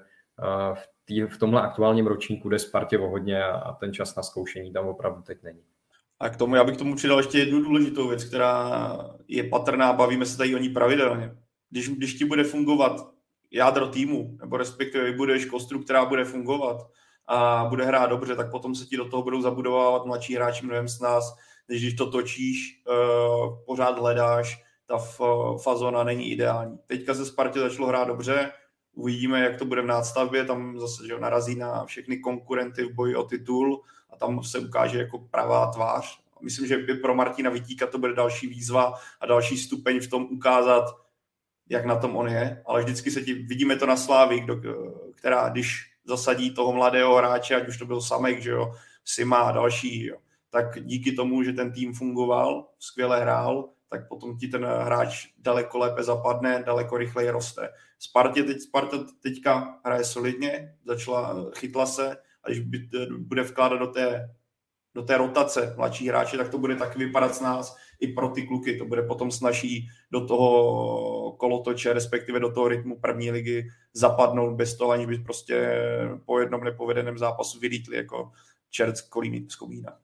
v tomhle aktuálním ročníku jde Spartě o hodně a ten čas na zkoušení tam opravdu teď není. A k tomu já bych tomu přidal ještě jednu důležitou věc, která je patrná, bavíme se tady o ní pravidelně. Když ti bude fungovat jádro týmu, nebo respektive budeš kostru, která bude fungovat a bude hrát dobře, tak potom se ti do toho budou zabudovávat mladší hráči mnohem s nás, než když to točíš, pořád hledáš, ta fazona není ideální. Teďka se Spartě začalo hrát dobře, uvidíme, jak to bude v nástavbě, tam zase že narazí na všechny konkurenty v boji o titul a tam se ukáže jako pravá tvář Myslím, že pro Martina Vitíka to bude další výzva a další stupeň v tom ukázat, jak na tom on je, ale vždycky vidíme to na Slávii, která když zasadí toho mladého hráče, ať už to byl Samek, že jo, Sima a další, jo, tak díky tomu, že ten tým fungoval, skvěle hrál, tak potom ti ten hráč daleko lépe zapadne, daleko rychleji roste. Sparta teďka hraje solidně, chytla se, a když bude vkládat do té rotace mladší hráče, tak to bude taky vypadat s nás i pro ty kluky. To bude potom snaží do toho kolotoče, respektive do toho rytmu první ligy zapadnout bez toho, aniž by prostě po jednom nepovedeném zápasu vylítli jako čert z komína.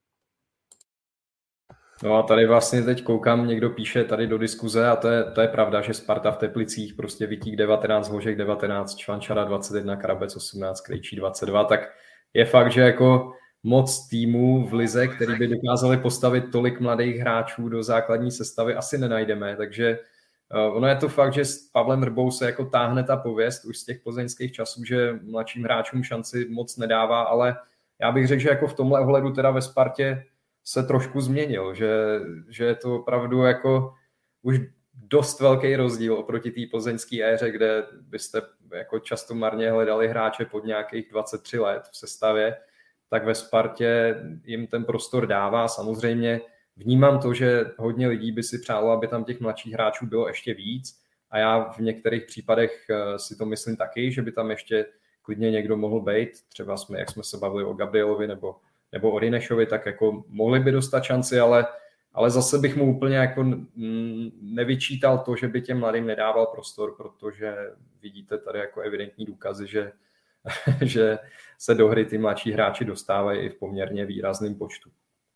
No a tady vlastně teď koukám, někdo píše tady do diskuze a to je pravda, že Sparta v Teplicích prostě Vitík 19, Hložek 19, Čvančara 21, Krabec 18, Krejčí 22, tak je fakt, že jako moc týmů v lize, který by dokázali postavit tolik mladých hráčů do základní sestavy, asi nenajdeme, takže ono je to fakt, že s Pavlem Hrbou se jako táhne ta pověst už z těch plzeňských časů, že mladším hráčům šanci moc nedává, ale já bych řekl, že jako v tomhle ohledu teda ve Spartě se trošku změnil, že je to opravdu jako už dost velký rozdíl oproti té plzeňské éře, kde byste jako často marně hledali hráče pod nějakých 23 let v sestavě, tak ve Spartě jim ten prostor dává. Samozřejmě vnímám to, že hodně lidí by si přálo, aby tam těch mladších hráčů bylo ještě víc a já v některých případech si to myslím taky, že by tam ještě klidně někdo mohl být. Třeba jak jsme se bavili o Gabrielovi nebo o Rinešovi, tak jako mohli by dostat šanci, ale zase bych mu úplně jako nevyčítal to, že by těm mladým nedával prostor, protože vidíte tady jako evidentní důkazy, že se do hry ty mladší hráči dostávají i v poměrně výrazném počtu.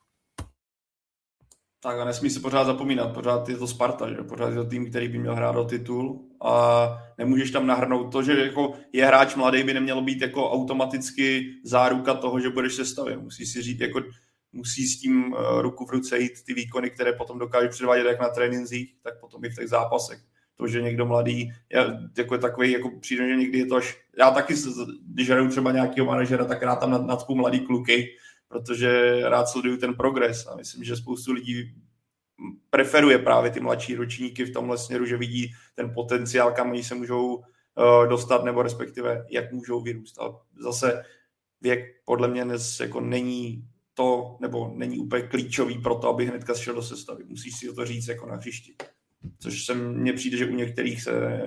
Tak a nesmí se pořád zapomínat, pořád je to Sparta, že? Pořád je to tým, který by měl hrát o titul a nemůžeš tam nahrnout to, že jako je hráč mladý, by nemělo být jako automaticky záruka toho, že budeš sestavě. Musíš si říct, jako musí s tím ruku v ruce jít ty výkony, které potom dokážeš předvádět jak na trénincích, tak potom i v těch zápasech. To, že někdo mladý, jako je takový, jako přijde, že někdy je to až, já taky, když hraju třeba nějakého manažera, tak rád tam nacpu mladý kluky, protože rád sleduju ten progres a myslím, že spoustu lidí preferuje právě ty mladší ročníky v tomhle směru, že vidí ten potenciál, kam oni se můžou dostat, nebo respektive jak můžou vyrůst. A zase věk podle mě dnes jako není to, nebo není úplně klíčový pro to, aby hnedka šel do sestavy. Musíš si to říct jako na hřišti. Což mně přijde, že u některých se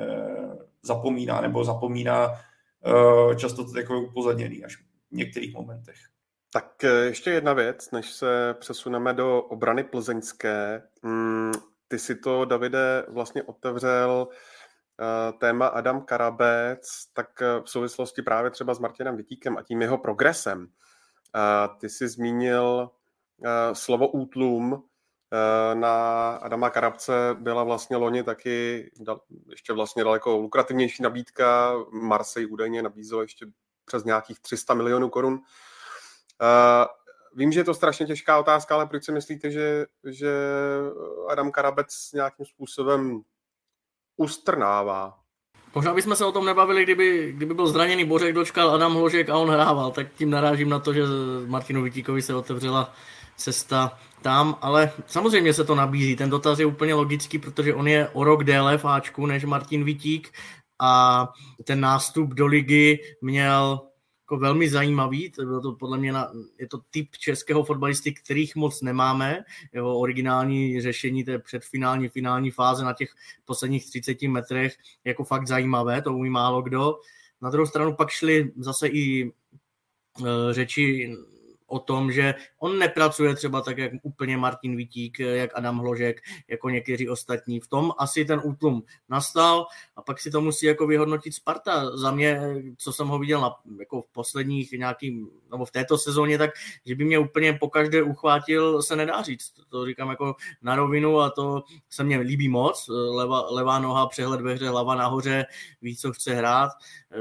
zapomíná často to jako upozadněný až v některých momentech. Tak ještě jedna věc, než se přesuneme do obrany plzeňské. Ty si to, Davide, vlastně otevřel téma Adam Karabec, tak v souvislosti právě třeba s Martinem Vitíkem a tím jeho progresem. Ty jsi zmínil slovo útlum. Na Adama Karabce byla vlastně loni taky ještě vlastně daleko lukrativnější nabídka. Marseille údajně nabízel ještě přes nějakých 300 milionů korun. Vím, že je to strašně těžká otázka, ale proč si myslíte, že Adam Karabec nějakým způsobem ustrnává? Možná bychom se o tom nebavili, kdyby byl zraněný Bořek, dočkal Adam Hložek a on hrával, tak tím narážím na to, že Martinu Vitíkovi se otevřela cesta tam, ale samozřejmě se to nabízí. Ten dotaz je úplně logický, protože on je o rok déle v Ačku než Martin Vitík a ten nástup do ligy měl jako velmi zajímavý. To podle mě je to typ českého fotbalisty, kterých moc nemáme. Jeho originální řešení té předfinální, finální fáze na těch posledních 30 metrech jako fakt zajímavé, to umí málo kdo. Na druhou stranu pak šly zase i řeči o tom, že on nepracuje třeba tak, jak úplně Martin Vitík, jak Adam Hložek, jako někteří ostatní. V tom asi ten útlum nastal a pak si to musí jako vyhodnotit Sparta. Za mě, co jsem ho viděl jako v posledních nebo v této sezóně, tak, že by mě úplně pokaždé uchvátil, se nedá říct. To říkám jako na rovinu a to se mně líbí moc. Levá noha, přehled ve hře, hlava nahoře, ví, co chce hrát.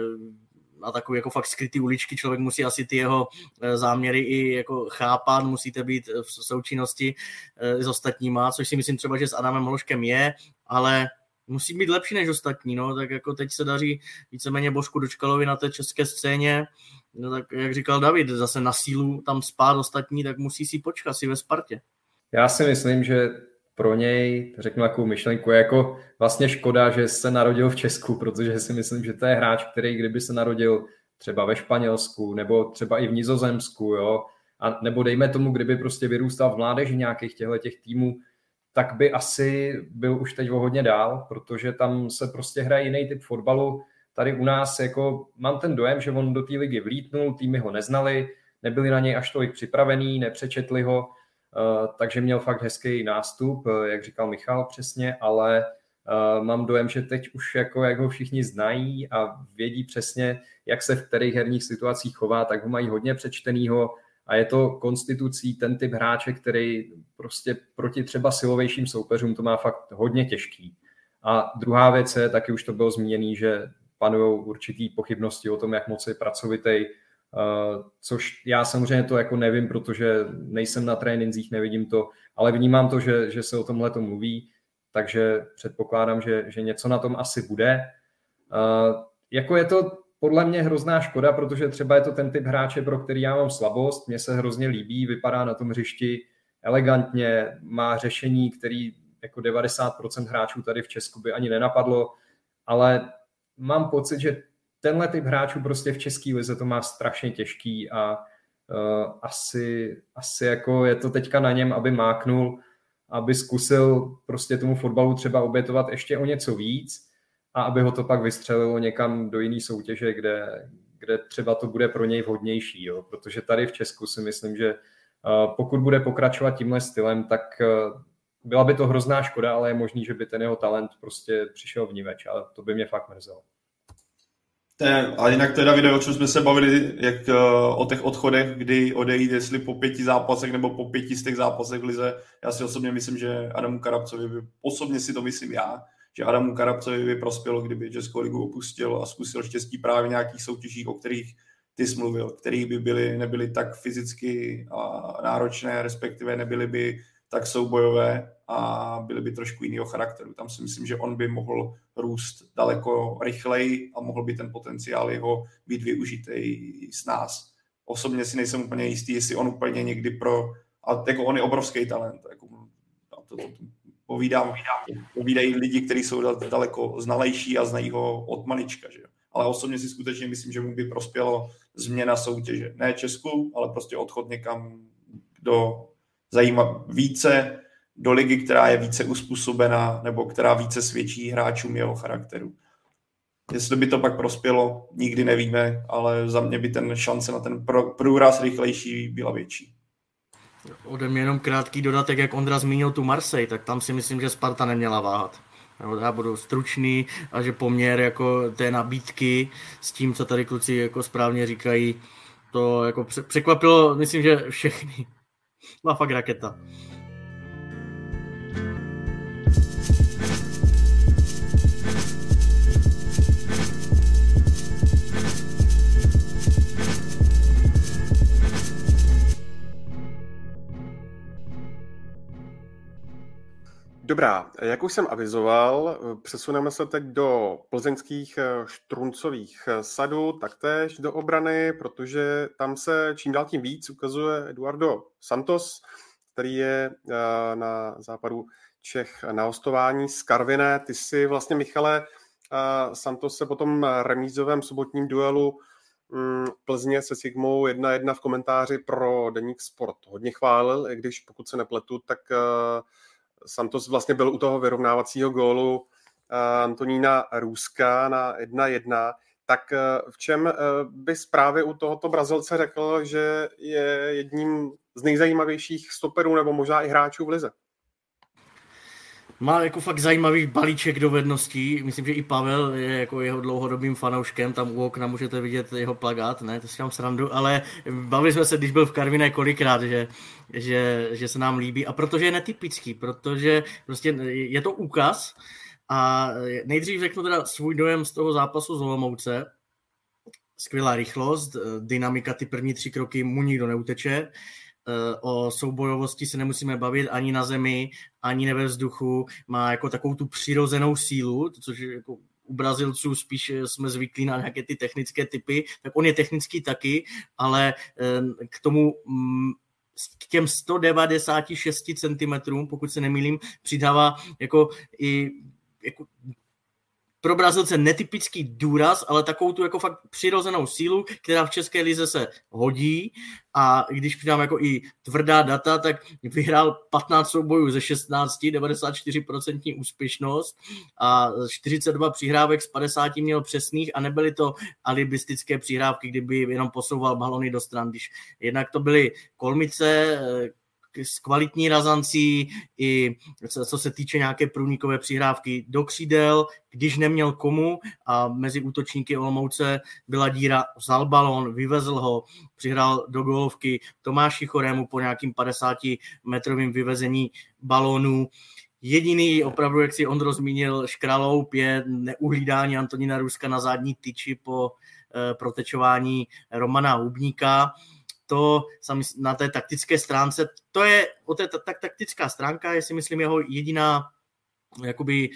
A takový jako fakt skrytý uličky, člověk musí asi ty jeho záměry i jako chápat, musíte být v součinnosti s ostatníma, což si myslím třeba, že s Adamem Hložkem je, ale musí být lepší než ostatní, no, tak jako teď se daří víceméně Božku Dočkalovi na té české scéně, no tak jak říkal David, zase na sílu tam spát ostatní, tak musí si počkat si ve Spartě. Já si myslím, že pro něj, řeknu takovou myšlenku, je jako vlastně škoda, že se narodil v Česku, protože si myslím, že to je hráč, který kdyby se narodil třeba ve Španělsku nebo třeba i v Nizozemsku, jo, a nebo dejme tomu, kdyby prostě vyrůstal v mládeži nějakých těch týmů, tak by asi byl už teď o hodně dál, protože tam se prostě hraje jiný typ fotbalu. Tady u nás jako mám ten dojem, že on do té ligy vlítnul, týmy ho neznali, nebyli na něj až tolik připravený, nepřečetli ho, takže měl fakt hezký nástup, jak říkal Michal přesně, ale mám dojem, že teď už jako jak ho všichni znají a vědí přesně, jak se v kterých herních situacích chová, tak ho mají hodně přečtenýho a je to konstitucí ten typ hráče, který prostě proti třeba silovějším soupeřům to má fakt hodně těžký. A druhá věc je, taky už to bylo zmíněný, že panují určitý pochybnosti o tom, jak moc je pracovitej, což já samozřejmě to jako nevím, protože nejsem na trénincích, nevidím to, ale vnímám to, že se o tomhle to mluví, takže předpokládám, že něco na tom asi bude. Jako je to podle mě hrozná škoda, protože třeba je to ten typ hráče, pro který já mám slabost, mně se hrozně líbí, vypadá na tom hřišti elegantně, má řešení, který jako 90% hráčů tady v Česku by ani nenapadlo, ale mám pocit, že tenhle typ hráčů prostě v české lize to má strašně těžký a asi jako je to teďka na něm, aby máknul, aby zkusil prostě tomu fotbalu třeba obětovat ještě o něco víc a aby ho to pak vystřelilo někam do jiné soutěže, kde třeba to bude pro něj vhodnější, jo? Protože tady v Česku si myslím, že pokud bude pokračovat tímhle stylem, tak byla by to hrozná škoda, ale je možný, že by ten jeho talent prostě přišel vniveč a to by mě fakt mrzelo. A jinak teda video, o čem jsme se bavili, jak o těch odchodech, kdy odejít, jestli po 5 zápasech nebo po 5 z těch zápasech v lize. Já si osobně myslím, že Adamu Karabcovi osobně si to myslím já, že Adamu Karabcovi by prospělo, kdyby Českou ligu opustil a zkusil štěstí právě v nějakých soutěžích, o kterých ty jsi mluvil, který by nebyly tak fyzicky náročné, respektive nebyly by tak soubojové a byly by trošku jiného charakteru. Tam si myslím, že on by mohl růst daleko rychleji a mohl by ten potenciál jeho být využitý s nás. Osobně si nejsem úplně jistý, jestli on úplně někdy a jako on je obrovský talent. Jako, to povídají lidi, kteří jsou daleko znalejší a znají ho od malička. Že? Ale osobně si skutečně myslím, že mu by prospělo změna soutěže. Ne Česku, ale prostě odchod někam více do ligy, která je více uspůsobená nebo která více svědčí hráčům jeho charakteru. Jestli by to pak prospělo, nikdy nevíme, ale za mě by ten šance na ten průraz rychlejší byla větší. Ode mě jenom krátký dodatek, jak Ondra zmínil tu Marseille, tak tam si myslím, že Sparta neměla váhat. Já budu stručný a že poměr jako té nabídky s tím, co tady kluci jako správně říkají, to jako překvapilo, myslím, že všechny. Byla fakt raketa. Dobrá, jak už jsem avizoval, přesuneme se teď do plzeňských štruncových sadů, taktéž do obrany, protože tam se čím dál tím víc ukazuje Eduardo Santos, který je na západu Čech na hostování z Karviné. Ty si vlastně, Michale, Santos se po tom remízovém sobotním duelu Plzně se Sigmou 1-1 v komentáři pro deník Sport hodně chválil, i když pokud se nepletu, tak Santos vlastně byl u toho vyrovnávacího gólu Antonína Růska na 1-1. Tak v čem bys právě u tohoto Brazilce řekl, že je jedním z nejzajímavějších stoperů nebo možná i hráčů v lize? Má jako fakt zajímavý balíček dovedností. Myslím, že i Pavel je jako jeho dlouhodobým fanouškem. Tam u okna můžete vidět jeho plakát, ne, to si mám srandu, ale bavili jsme se, když byl v Karviné kolikrát, že se nám líbí. A protože je netypický, protože prostě je to úkaz. A nejdřív řeknu teda svůj dojem z toho zápasu z Olomouce. Skvělá rychlost, dynamika, ty první 3 kroky mu nikdo neuteče. o soubojovosti se nemusíme bavit ani na zemi, ani ne ve vzduchu. Má jako takovou tu přirozenou sílu, což je jako u Brazilců spíš jsme zvyklí na nějaké ty technické typy, tak on je technický taky, ale k těm 196 cm, pokud se nemýlím, přidává jako pro Brazilce netypický důraz, ale takovou tu jako fakt přirozenou sílu, která v české lize se hodí, a když přidám jako i tvrdá data, tak vyhrál 15 soubojů ze 16, 94% úspěšnost a 42 přihrávek z 50 měl přesných a nebyly to alibistické přihrávky, kdyby jenom posouval balony do stran, když jednak to byly kolmice s kvalitní razancí, i co se týče nějaké průnikové přihrávky do křídel, když neměl komu a mezi útočníky Olomouce byla díra, vzal balón, vyvezl ho, přihrál do gólovky Tomáši Chorému po nějakým 50-metrovým vyvezení balónu. Jediný opravdu, jak si Ondro zmínil, škraloup je neuhlídání Antonína Ruska na zadní tyči po protečování Romana Hubníka. To na té taktické stránce, to je taktická stránka, je si myslím jeho jediná, jakoby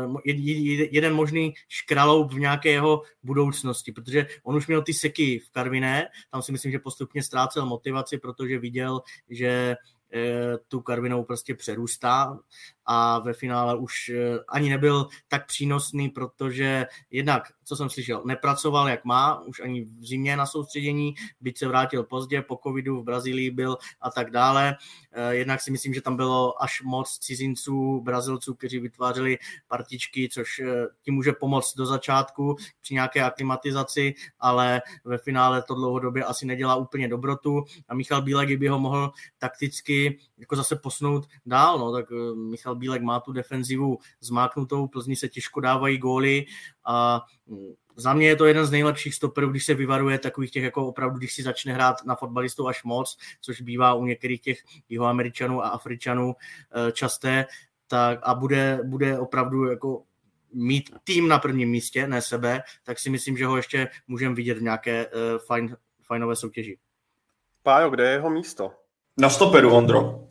jeden možný škraloup v nějaké jeho budoucnosti, protože on už měl ty seky v Karviné, tam si myslím, že postupně ztrácel motivaci, protože viděl, že tu Karvinou prostě přerůstá a ve finále už ani nebyl tak přínosný, protože jednak, co jsem slyšel, nepracoval jak má, už ani v zimě na soustředění, byť se vrátil pozdě, po covidu v Brazílii byl a tak dále. Jednak si myslím, že tam bylo až moc cizinců, Brazilců, kteří vytvářeli partičky, což tím může pomoct do začátku při nějaké aklimatizaci, ale ve finále to dlouhodobě asi nedělá úplně dobrotu a Michal Bílek by ho mohl takticky jako zase posunout dál, no, tak Michal Bílek má tu defenzivu zmáknutou, Plzni se těžko dávají góly a za mě je to jeden z nejlepších stoperů, když se vyvaruje takových těch jako opravdu, když si začne hrát na fotbalistů až moc, což bývá u některých těch Jihoameričanů a Afričanů časté, tak a bude opravdu jako mít tým na prvním místě, ne sebe, tak si myslím, že ho ještě můžeme vidět v nějaké fajnové soutěži. Pájo, kde je jeho místo? Na stoperu, Ondro.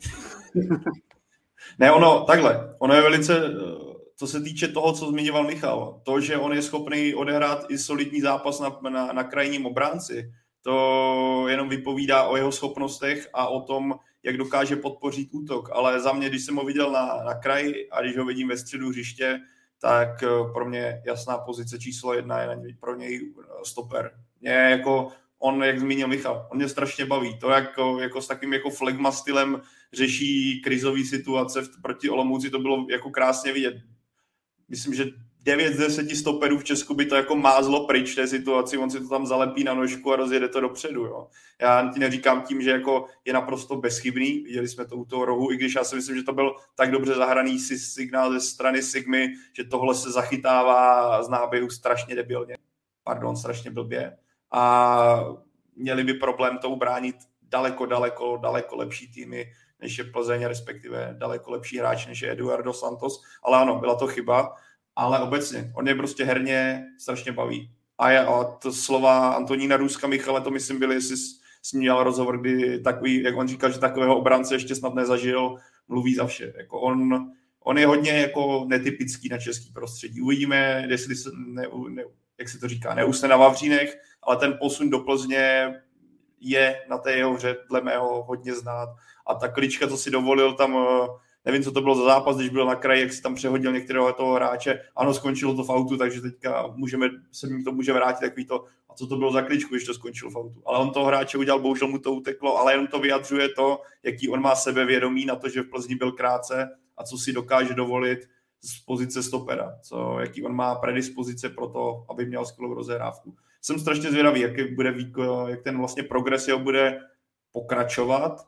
Ne, ono je velice, co se týče toho, co zmiňoval Michal, to, že on je schopný odehrát i solidní zápas na krajním obránci, to jenom vypovídá o jeho schopnostech a o tom, jak dokáže podpořit útok. Ale za mě, když jsem ho viděl na kraji a když ho vidím ve středu hřiště, tak pro mě jasná pozice číslo 1 je pro něj stoper. On, jak zmínil Michal, on mě strašně baví. To, jako s takovým jako flegma stylem řeší krizové situace proti Olomouci, to bylo jako krásně vidět. Myslím, že 9 z 10 stoperů v Česku by to jako mázlo pryč v té situaci, on si to tam zalepí na nožku a rozjede to dopředu. Jo. Já ti neříkám tím, že jako je naprosto bezchybný, viděli jsme to u toho rohu, i když já si myslím, že to byl tak dobře zahraný signál ze strany Sigmy, že tohle se zachytává z náběhu strašně debilně. Strašně blbě. A měli by problém to ubránit daleko lepší týmy, než je Plzeň, respektive daleko lepší hráč, než je Eduardo Santos. Ale ano, byla to chyba, ale obecně, on je prostě herně strašně baví. A to slova Antonína Ruska, Michale, to myslím byli, jestli jsi měl rozhovor, kdy takový, jak on říkal, že takového obránce ještě snad nezažil, mluví za vše. Jako on je hodně jako netypický na český prostředí. Uvidíme, jestli se jak se to říká, neusne na vavřínech, ale ten posun do Plzně je na té jeho hře dle mého hodně znát. A ta klička, co si dovolil tam, nevím, co to bylo za zápas, když byl na kraji, jak si tam přehodil některého toho hráče, ano, skončilo to v autu, takže teďka se mi to může vrátit takový to, a co to bylo za kličku, když to skončilo v autu. Ale on toho hráče udělal, bohužel mu to uteklo, ale jenom to vyjadřuje to, jaký on má sebevědomí na to, že v Plzni byl krátce a co si dokáže dovolit z pozice stopera, jaký on má predispozice pro to, aby měl skvělou rozehrávku. Jsem strašně zvědavý, jak ten vlastně progres jeho bude pokračovat,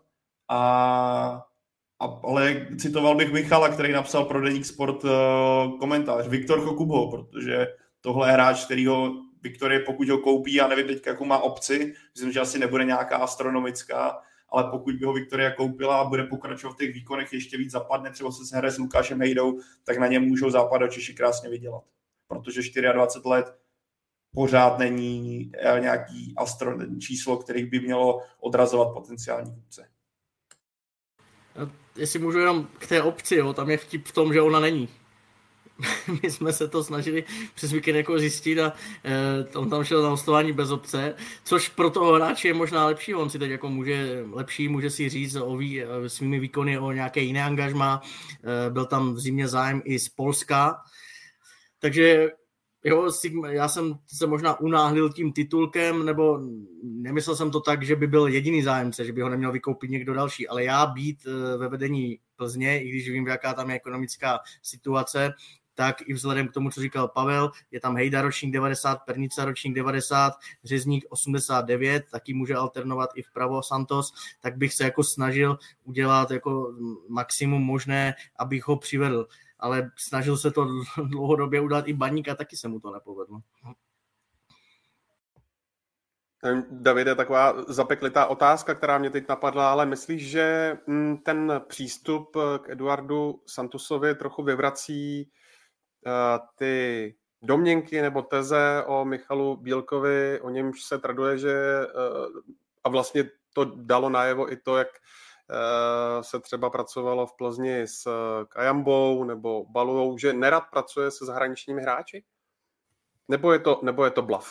ale citoval bych Michala, který napsal pro Deník Sport komentář, Viktor Chokubho, protože tohle je hráč, kterýho Viktorie, pokud ho koupí, já nevím teď, jakou má opci, myslím, že asi nebude nějaká astronomická, ale pokud by ho Viktoria koupila a bude pokračovat v těch výkonech, ještě víc zapadne, třeba se hraje s Lukášem Hejdou, tak na něm můžou Západočeši krásně vydělat. Protože 24 let pořád není nějaký číslo, který by mělo odrazovat potenciální kupce. Jestli můžu jenom k té obci, jo, tam je vtip v tom, že ona není. My jsme se to snažili přes víkend jako zjistit a on tam šel na hostování bez obce, což pro toho hráče je možná lepší, on si teď jako může si říct svými výkony o nějaké jiné angažmá, byl tam v zimě zájem i z Polska, takže jo, já jsem se možná unáhlil tím titulkem, nebo nemyslel jsem to tak, že by byl jediný zájemce, že by ho neměl vykoupit někdo další, ale já být ve vedení Plzně, i když vím, jaká tam je ekonomická situace, tak i vzhledem k tomu, co říkal Pavel, je tam Hejda ročník 90, Pernica ročník 90, Řezník 89, taky může alternovat i vpravo Santos, tak bych se jako snažil udělat jako maximum možné, abych ho přivedl. Ale snažil se to dlouhodobě udělat i Baník a taky se mu to nepovedlo. Davide, taková zapeklitá otázka, která mě teď napadla, ale myslíš, že ten přístup k Eduardu Santosovi trochu vyvrací ty domněnky nebo teze o Michalu Bílkovi, o němž se traduje, že a vlastně to dalo najevo i to, jak se třeba pracovalo v Plzni s Kajambou nebo Balujou, že nerad pracuje se zahraničními hráči? Nebo je to bluff?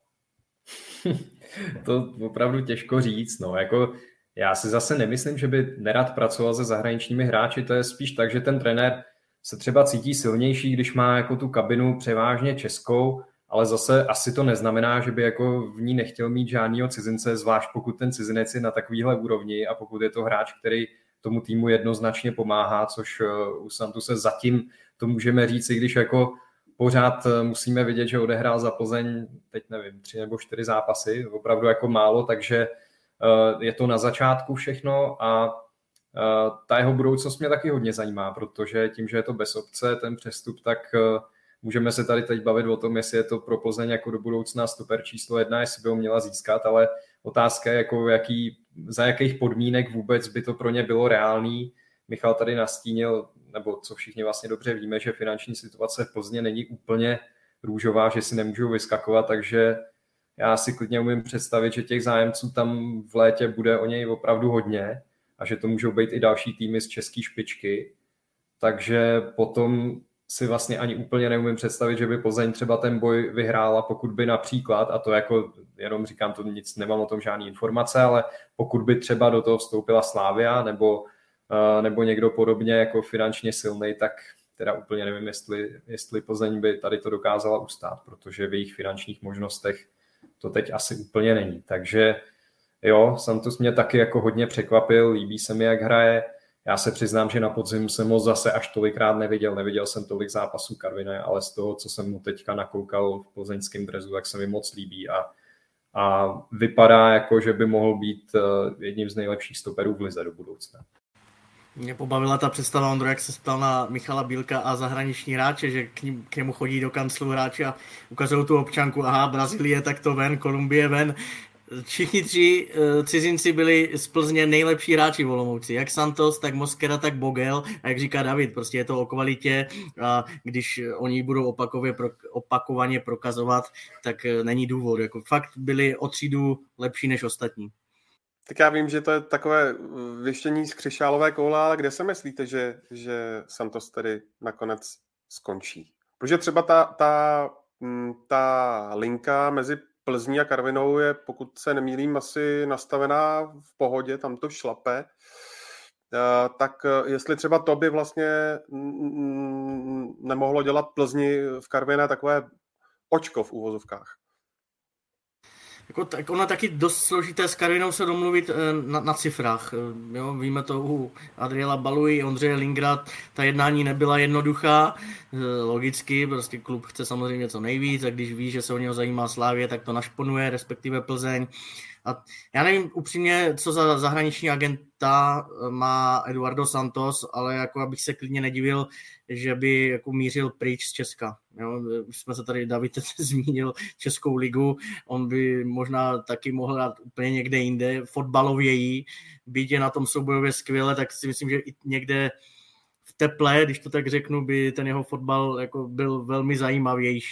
To opravdu těžko říct. No. Jako, já si zase nemyslím, že by nerad pracoval se zahraničními hráči. To je spíš tak, že ten trenér se třeba cítí silnější, když má jako tu kabinu převážně českou, ale zase asi to neznamená, že by jako v ní nechtěl mít žádnýho cizince, zvlášť pokud ten cizinec je na takovýhle úrovni a pokud je to hráč, který tomu týmu jednoznačně pomáhá, což u Santose zatím to můžeme říct, i když jako pořád musíme vidět, že odehrál za Plzeň, teď nevím, 3 nebo 4 zápasy, opravdu jako málo, takže je to na začátku všechno a ta jeho budoucnost mě taky hodně zajímá, protože tím, že je to bez opce, ten přestup, tak můžeme se tady teď bavit o tom, jestli je to pro Plzeň jako do budoucna stoper číslo 1, jestli by ho měla získat, ale otázka je, jako za jakých podmínek vůbec by to pro ně bylo reálný. Michal tady nastínil, nebo co všichni vlastně dobře víme, že finanční situace v Plzně není úplně růžová, že si nemůžou vyskakovat, takže já si klidně umím představit, že těch zájemců tam v létě bude o něj opravdu hodně a že to můžou být i další týmy z české špičky. Takže potom si vlastně ani úplně neumím představit, že by Plzeň třeba ten boj vyhrála, pokud by například, a to jako jenom říkám, to nic, nemám o tom žádný informace, ale pokud by třeba do toho vstoupila Slavia nebo někdo podobně jako finančně silný, tak teda úplně nevím, jestli Plzeň by tady to dokázala ustát, protože v jejich finančních možnostech to teď asi úplně není. Takže jo, Santos mě taky jako hodně překvapil, líbí se mi, jak hraje. Já se přiznám, že na podzim jsem ho zase až tolikrát neviděl jsem tolik zápasů Karviné, ale z toho, co jsem mu teďka nakoukal v plzeňském dresu, tak se mi moc líbí a vypadá jako, že by mohl být jedním z nejlepších stoperů v lize do budoucna. Mě pobavila ta představa, Ondro, jak se ptal na Michala Bílka a zahraniční hráče, že k němu chodí do kanclu hráči a ukazují tu občanku, aha, Brazílie, tak to ven, Kolumbie ven. Všichni 3 cizinci byli z Plzně nejlepší hráči v Olomouci. Jak Santos, tak Mosquera, tak Bogel. A jak říká David, prostě je to o kvalitě a když oni budou opakovaně prokazovat, tak není důvod. Jako fakt byli o třídu lepší než ostatní. Tak já vím, že to je takové věštění z křišťálové koule, ale kde se myslíte, že Santos tedy nakonec skončí? Protože třeba ta linka mezi Plzní a Karvinou je, pokud se nemýlím, asi nastavená v pohodě, tam to šlape. Tak jestli třeba to by vlastně nemohlo dělat Plzni v Karviné takové očko v úvozovkách. Tak ono taky dost složité s Karvinou se domluvit na cifrách. Jo, víme to u Adriela Baluji, Ondřeje Lingrad, ta jednání nebyla jednoduchá, logicky, prostě klub chce samozřejmě co nejvíc a když ví, že se o něho zajímá Slavie, tak to našponuje, respektive Plzeň. A já nevím upřímně, co za zahraniční agenta má Eduardo Santos, ale jako abych se klidně nedivil, že by jako mířil pryč z Česka. Jo, už jsme se tady, David zmínil Českou ligu, on by možná taky mohl dát úplně někde jinde, fotbalověji, byť je na tom soubojově skvěle, tak si myslím, že i někde v teple, když to tak řeknu, by ten jeho fotbal jako byl velmi zajímavější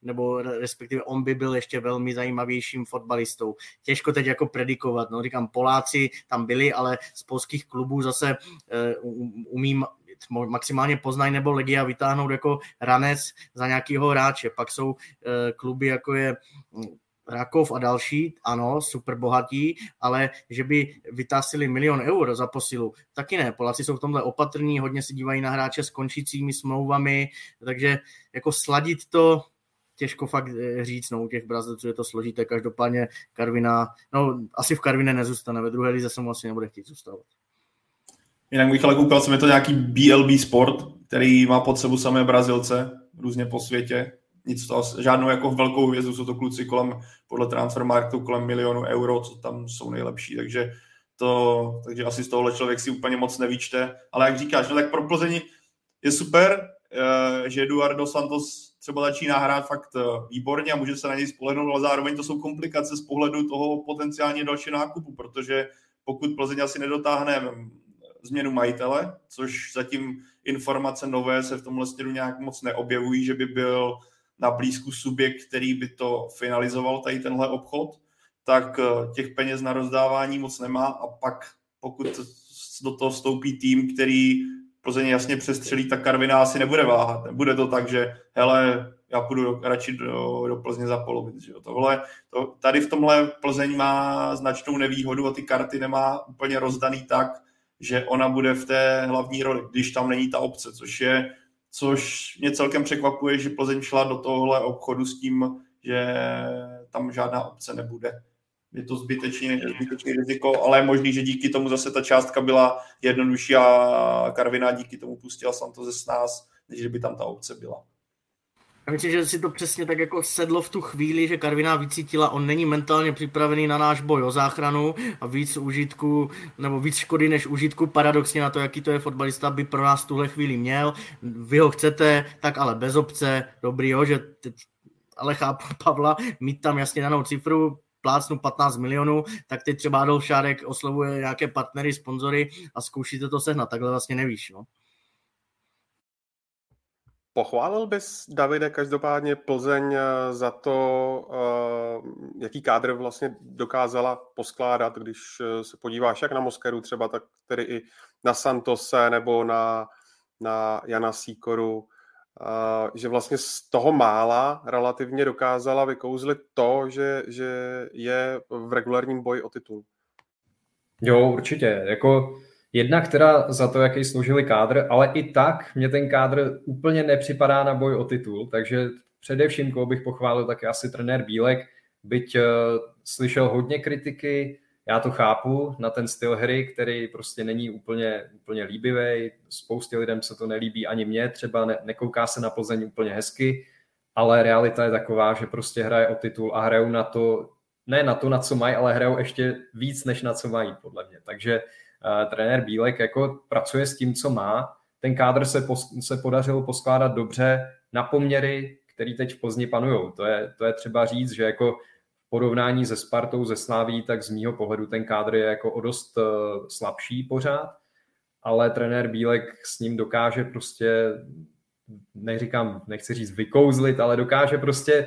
nebo respektive on by byl ještě velmi zajímavějším fotbalistou. Těžko teď jako predikovat, no říkám, Poláci tam byli, ale z polských klubů zase umím maximálně Poznaň nebo Legia vytáhnout jako ranec za nějakého hráče. Pak jsou kluby, jako je Rakov a další, ano, super bohatí, ale že by vytásili 1 000 000 eur za posilu, taky ne. Poláci jsou v tomhle opatrní, hodně se dívají na hráče s končícími smlouvami, takže jako sladit to těžko fakt říct, no u těch Brazilců je to složité, každopádně Karviná, no asi v Karviné nezůstane, ve druhé lize se mu asi nebude chtít zůstávat. Jinak Michale, koukal jsem, je to nějaký BLB Sport, který má pod sebou samé Brazilce, různě po světě. Nic toho, žádnou jako velkou hvězdu, jsou to kluci kolem, podle Transfermarktu, kolem 1 000 000 euro, co tam jsou nejlepší, takže asi z tohohle člověk si úplně moc nevyčte. Ale jak říkáš, no tak pro Plzeň je super, že Eduardo Santos třeba začíná hrát fakt výborně a může se na něj spolehnout, ale zároveň to jsou komplikace z pohledu toho potenciálně dalšího nákupu, protože pokud Plzeň asi nedotáhne změnu majitele, což zatím informace nové se v tomhle směru nějak moc neobjevují, že by byl na blízku subjekt, který by to finalizoval, tady tenhle obchod, tak těch peněz na rozdávání moc nemá a pak pokud do toho vstoupí tým, který Plzeň jasně přestřelí, tak Karviná asi nebude váhat. Nebude to tak, že hele, já půjdu radši do Plzně za polovit. Že tady v tomhle Plzeň má značnou nevýhodu a ty karty nemá úplně rozdaný tak, že ona bude v té hlavní roli, když tam není ta opce, což mě celkem překvapuje, že Plzeň šla do tohohle obchodu s tím, že tam žádná opce nebude. Je to zbytečný riziko, ale je možný, že díky tomu zase ta částka byla jednodušší a Karviná díky tomu pustila Santos ze nás, než kdyby tam ta opce byla. Já myslím, že si to přesně tak jako sedlo v tu chvíli, že Karviná vycítila, on není mentálně připravený na náš boj o záchranu a víc užitku, nebo víc škody než užitku, paradoxně na to, jaký to je fotbalista, by pro nás v tuhle chvíli měl. Vy ho chcete, tak ale bez opce, dobrý, jo, že teď, ale chápu Pavla, mít tam jasně danou cifru, plácnu 15 milionů, tak teď třeba Adolf Šárek oslovuje nějaké partnery, sponzory a zkoušíte to sehnat, takhle vlastně nevíš, no. Pochválil bys, Davide, každopádně Plzeň za to, jaký kádr vlastně dokázala poskládat, když se podíváš jak na Moskeru třeba, tak tedy i na Santose nebo na Jana Sýkoru, že vlastně z toho mála relativně dokázala vykouzlit to, že je v regulárním boji o titul. Jo, určitě. Jako jednak teda za to, jaký složili kádr, ale i tak mě ten kádr úplně nepřipadá na boj o titul, takže především, koho bych pochválil, tak je asi trenér Bílek, byť slyšel hodně kritiky, já to chápu, na ten styl hry, který prostě není úplně líbivý, spoustě lidem se to nelíbí, ani mně, třeba nekouká se na Plzeň úplně hezky, ale realita je taková, že prostě hraje o titul a hrajou na to, ne na to, na co mají, ale hrajou ještě víc, než na co mají, podle mě. Takže trenér Bílek jako pracuje s tím, co má. Ten kádr se podařilo poskládat dobře na poměry, který teď v Plzni panujou. To je třeba říct, že jako v porovnání se Spartou, ze Slaví, tak z mýho pohledu ten kádr je jako o dost slabší pořád, ale trenér Bílek s ním dokáže prostě, nechci říct vykouzlit, ale dokáže prostě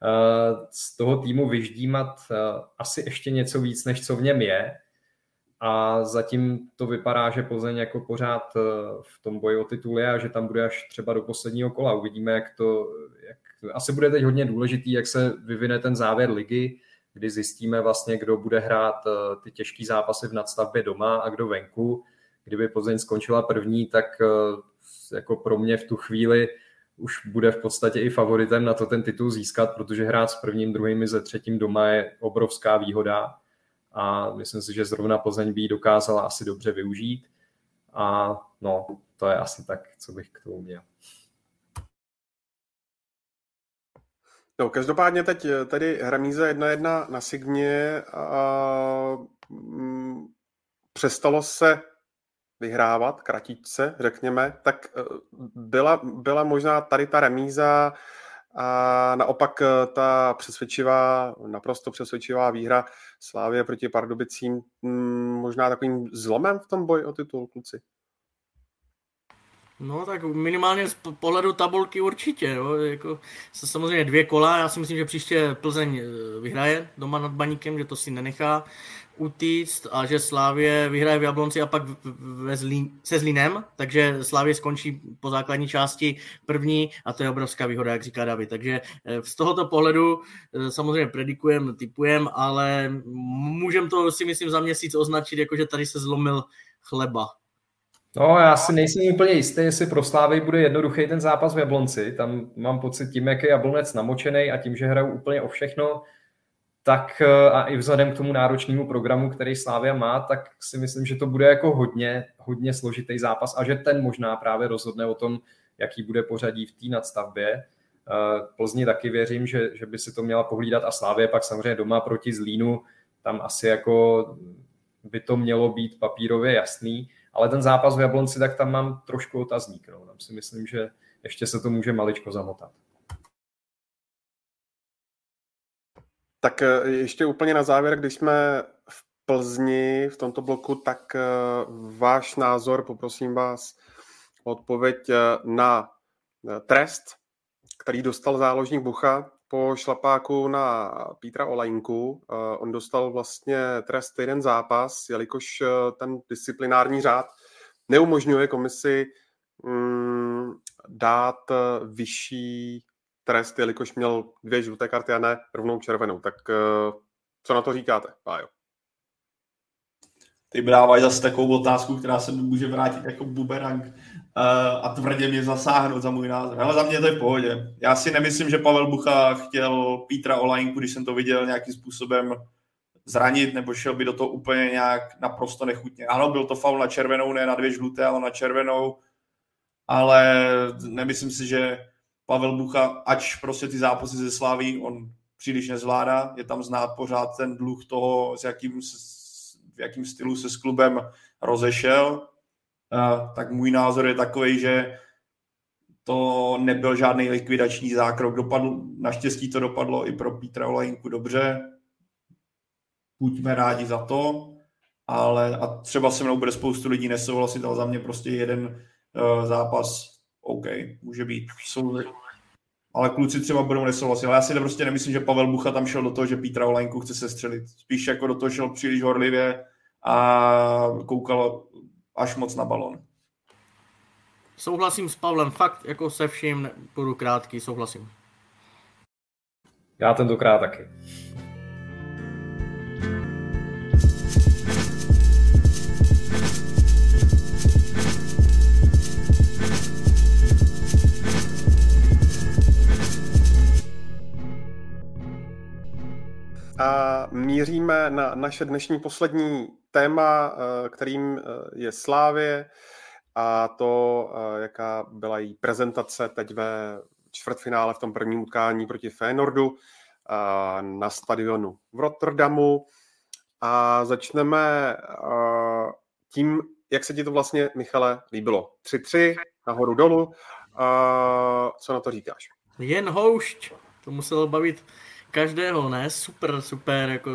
z toho týmu vyždímat asi ještě něco víc, než co v něm je. A zatím to vypadá, že Plzeň jako pořád v tom boji o titul je a že tam bude až třeba do posledního kola. Uvidíme, jak asi bude teď hodně důležitý, jak se vyvine ten závěr ligy, kdy zjistíme vlastně, kdo bude hrát ty těžký zápasy v nadstavbě doma a kdo venku. Kdyby Plzeň skončila první, tak jako pro mě v tu chvíli už bude v podstatě i favoritem na to ten titul získat, protože hrát s prvním, druhým i ze třetím doma je obrovská výhoda. A myslím si, že zrovna Plzeň by ji dokázala asi dobře využít. A no, to je asi tak, co bych k tomu měl. No, každopádně teď tady remíze 1-1 na Sigmě a přestalo se vyhrávat, kratičce, řekněme, tak byla možná tady ta remíza a naopak ta naprosto přesvědčivá výhra Slavie proti Pardubicím možná takovým zlomem v tom boji o titul, kluci? No tak minimálně z pohledu tabulky určitě. Jo. Jako, samozřejmě 2 kola, já si myslím, že příště Plzeň vyhraje doma nad Baníkem, že to si nenechá utíct a že Slavie vyhraje v Jablonci a pak se Zlínem, takže Slavie skončí po základní části první a to je obrovská výhoda, jak říká David. Takže z tohoto pohledu samozřejmě predikujeme, tipujeme, ale můžeme to si myslím za měsíc označit, jako že tady se zlomil chleba. No, já si nejsem úplně jistý, jestli pro Slávy bude jednoduchý ten zápas v Jablonci. Tam mám pocit tím, jak je Jablonec namočený a tím, že hrajou úplně o všechno, tak a i vzhledem k tomu náročnému programu, který Slavia má, tak si myslím, že to bude jako hodně složitý zápas a že ten možná právě rozhodne o tom, jaký bude pořadí v té nadstavbě. Plzni taky věřím, že by si to měla pohlídat a Slavia pak samozřejmě doma proti Zlínu, tam asi jako by to mělo být papírově jasný, ale ten zápas v Jablonci, tak tam mám trošku otazník. No. Tam si myslím, že ještě se to může maličko zamotat. Tak ještě úplně na závěr, když jsme v Plzni v tomto bloku, tak váš názor, poprosím vás o odpověď na trest, který dostal záložník Bucha po šlapáku na Petra Olajnku. On dostal vlastně trest 1 zápas, jelikož ten disciplinární řád neumožňuje komisi dát vyšší trest, jelikož měl 2 žluté karty a ne rovnou červenou. Tak co na to říkáte, Pájo? Ty bráváš zase takovou otázku, která se může vrátit jako bumerang a tvrdě mě zasáhnout za můj názor. Ale za mě to je v pohodě. Já si nemyslím, že Pavel Bucha chtěl Petra Olajnku, když jsem to viděl, nějakým způsobem zranit, nebo šel by do toho úplně nějak naprosto nechutně. Ano, byl to faul na červenou, ne na 2 žluté, ale na červenou. Ale nemyslím si, že Pavel Bucha, ač prostě ty zápasy ze Slaví on příliš nezvládá, je tam znát pořád ten dluh toho, v jakým stylu se s klubem rozešel, tak můj názor je takový, že to nebyl žádný likvidační zákrok. Naštěstí to dopadlo i pro Petra Olajnku dobře. Buďme rádi za to, ale a třeba se mnou bude spoustu lidí nesouhlasit, ale za mě prostě jeden zápas OK, může být. Ale kluci třeba budou nesouhlasit. Ale já si prostě nemyslím, že Pavel Bucha tam šel do toho, že Petra Olajnku chce sestřelit. Spíš jako do toho šel příliš horlivě a koukal až moc na balon. Souhlasím s Pavlem, fakt jako se vším, budu krátký, souhlasím. Já tentokrát taky. A míříme na naše dnešní poslední téma, kterým je Slavie a to, jaká byla její prezentace teď ve čtvrtfinále v tom prvním utkání proti Feyenoordu na stadionu v Rotterdamu. A začneme tím, jak se ti to vlastně, Michale, líbilo. 3-3, nahoru dolů. Co na to říkáš? Jen houšť, to muselo bavit každého, ne? Super, jako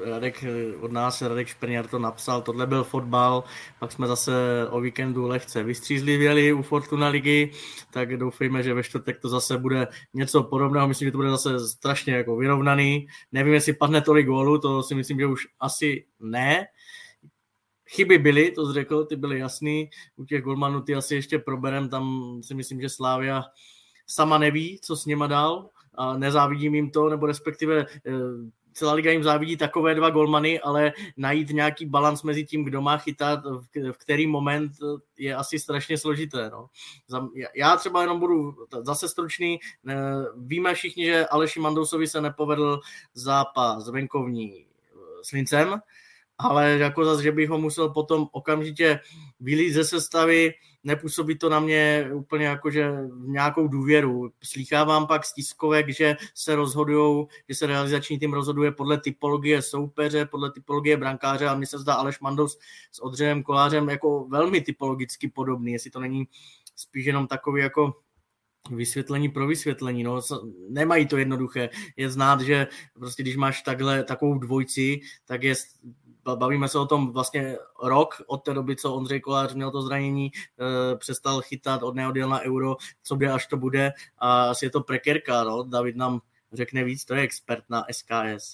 Radek Šprňar to napsal, tohle byl fotbal, pak jsme zase o víkendu lehce vystřízlivěli u Fortuna ligy, tak doufejme, že ve čtvrtek to zase bude něco podobného, myslím, že to bude zase strašně jako vyrovnaný, nevím, jestli padne tolik gólů, to si myslím, že už asi ne. Chyby byly, to jsi řekl, ty byly jasný, u těch golmanů ty asi ještě proberem, tam si myslím, že Slavia sama neví, co s nima dál, a nezávidím jim to, nebo respektive celá liga jim závidí takové 2 golmany, ale najít nějaký balans mezi tím, kdo má chytat, v který moment je asi strašně složité. No. Já třeba jenom budu zase stručný. Víme všichni, že Aleši Mandousovi se nepovedl zápas venkovní s Lincem, ale jako zase, že bych ho musel potom okamžitě vylít ze sestavy, nepůsobí to na mě úplně jako, že nějakou důvěru. Slýchávám pak z tiskovek, že se rozhodujou, že se realizační tým rozhoduje podle typologie soupeře, podle typologie brankáře a mně se zdá Aleš Mandous s Ondřejem Kolářem jako velmi typologicky podobný, jestli to není spíš jenom takový jako vysvětlení pro vysvětlení, no, nemají to jednoduché. Je znát, že prostě když máš takovou dvojici, tak je bavíme se o tom vlastně rok od té doby, co Ondřej Kolář měl to zranění, přestal chytat, neodjel na Euro, co bude, až to bude, a asi je to prekérka, no? David nám řekne víc, to je expert na SKS.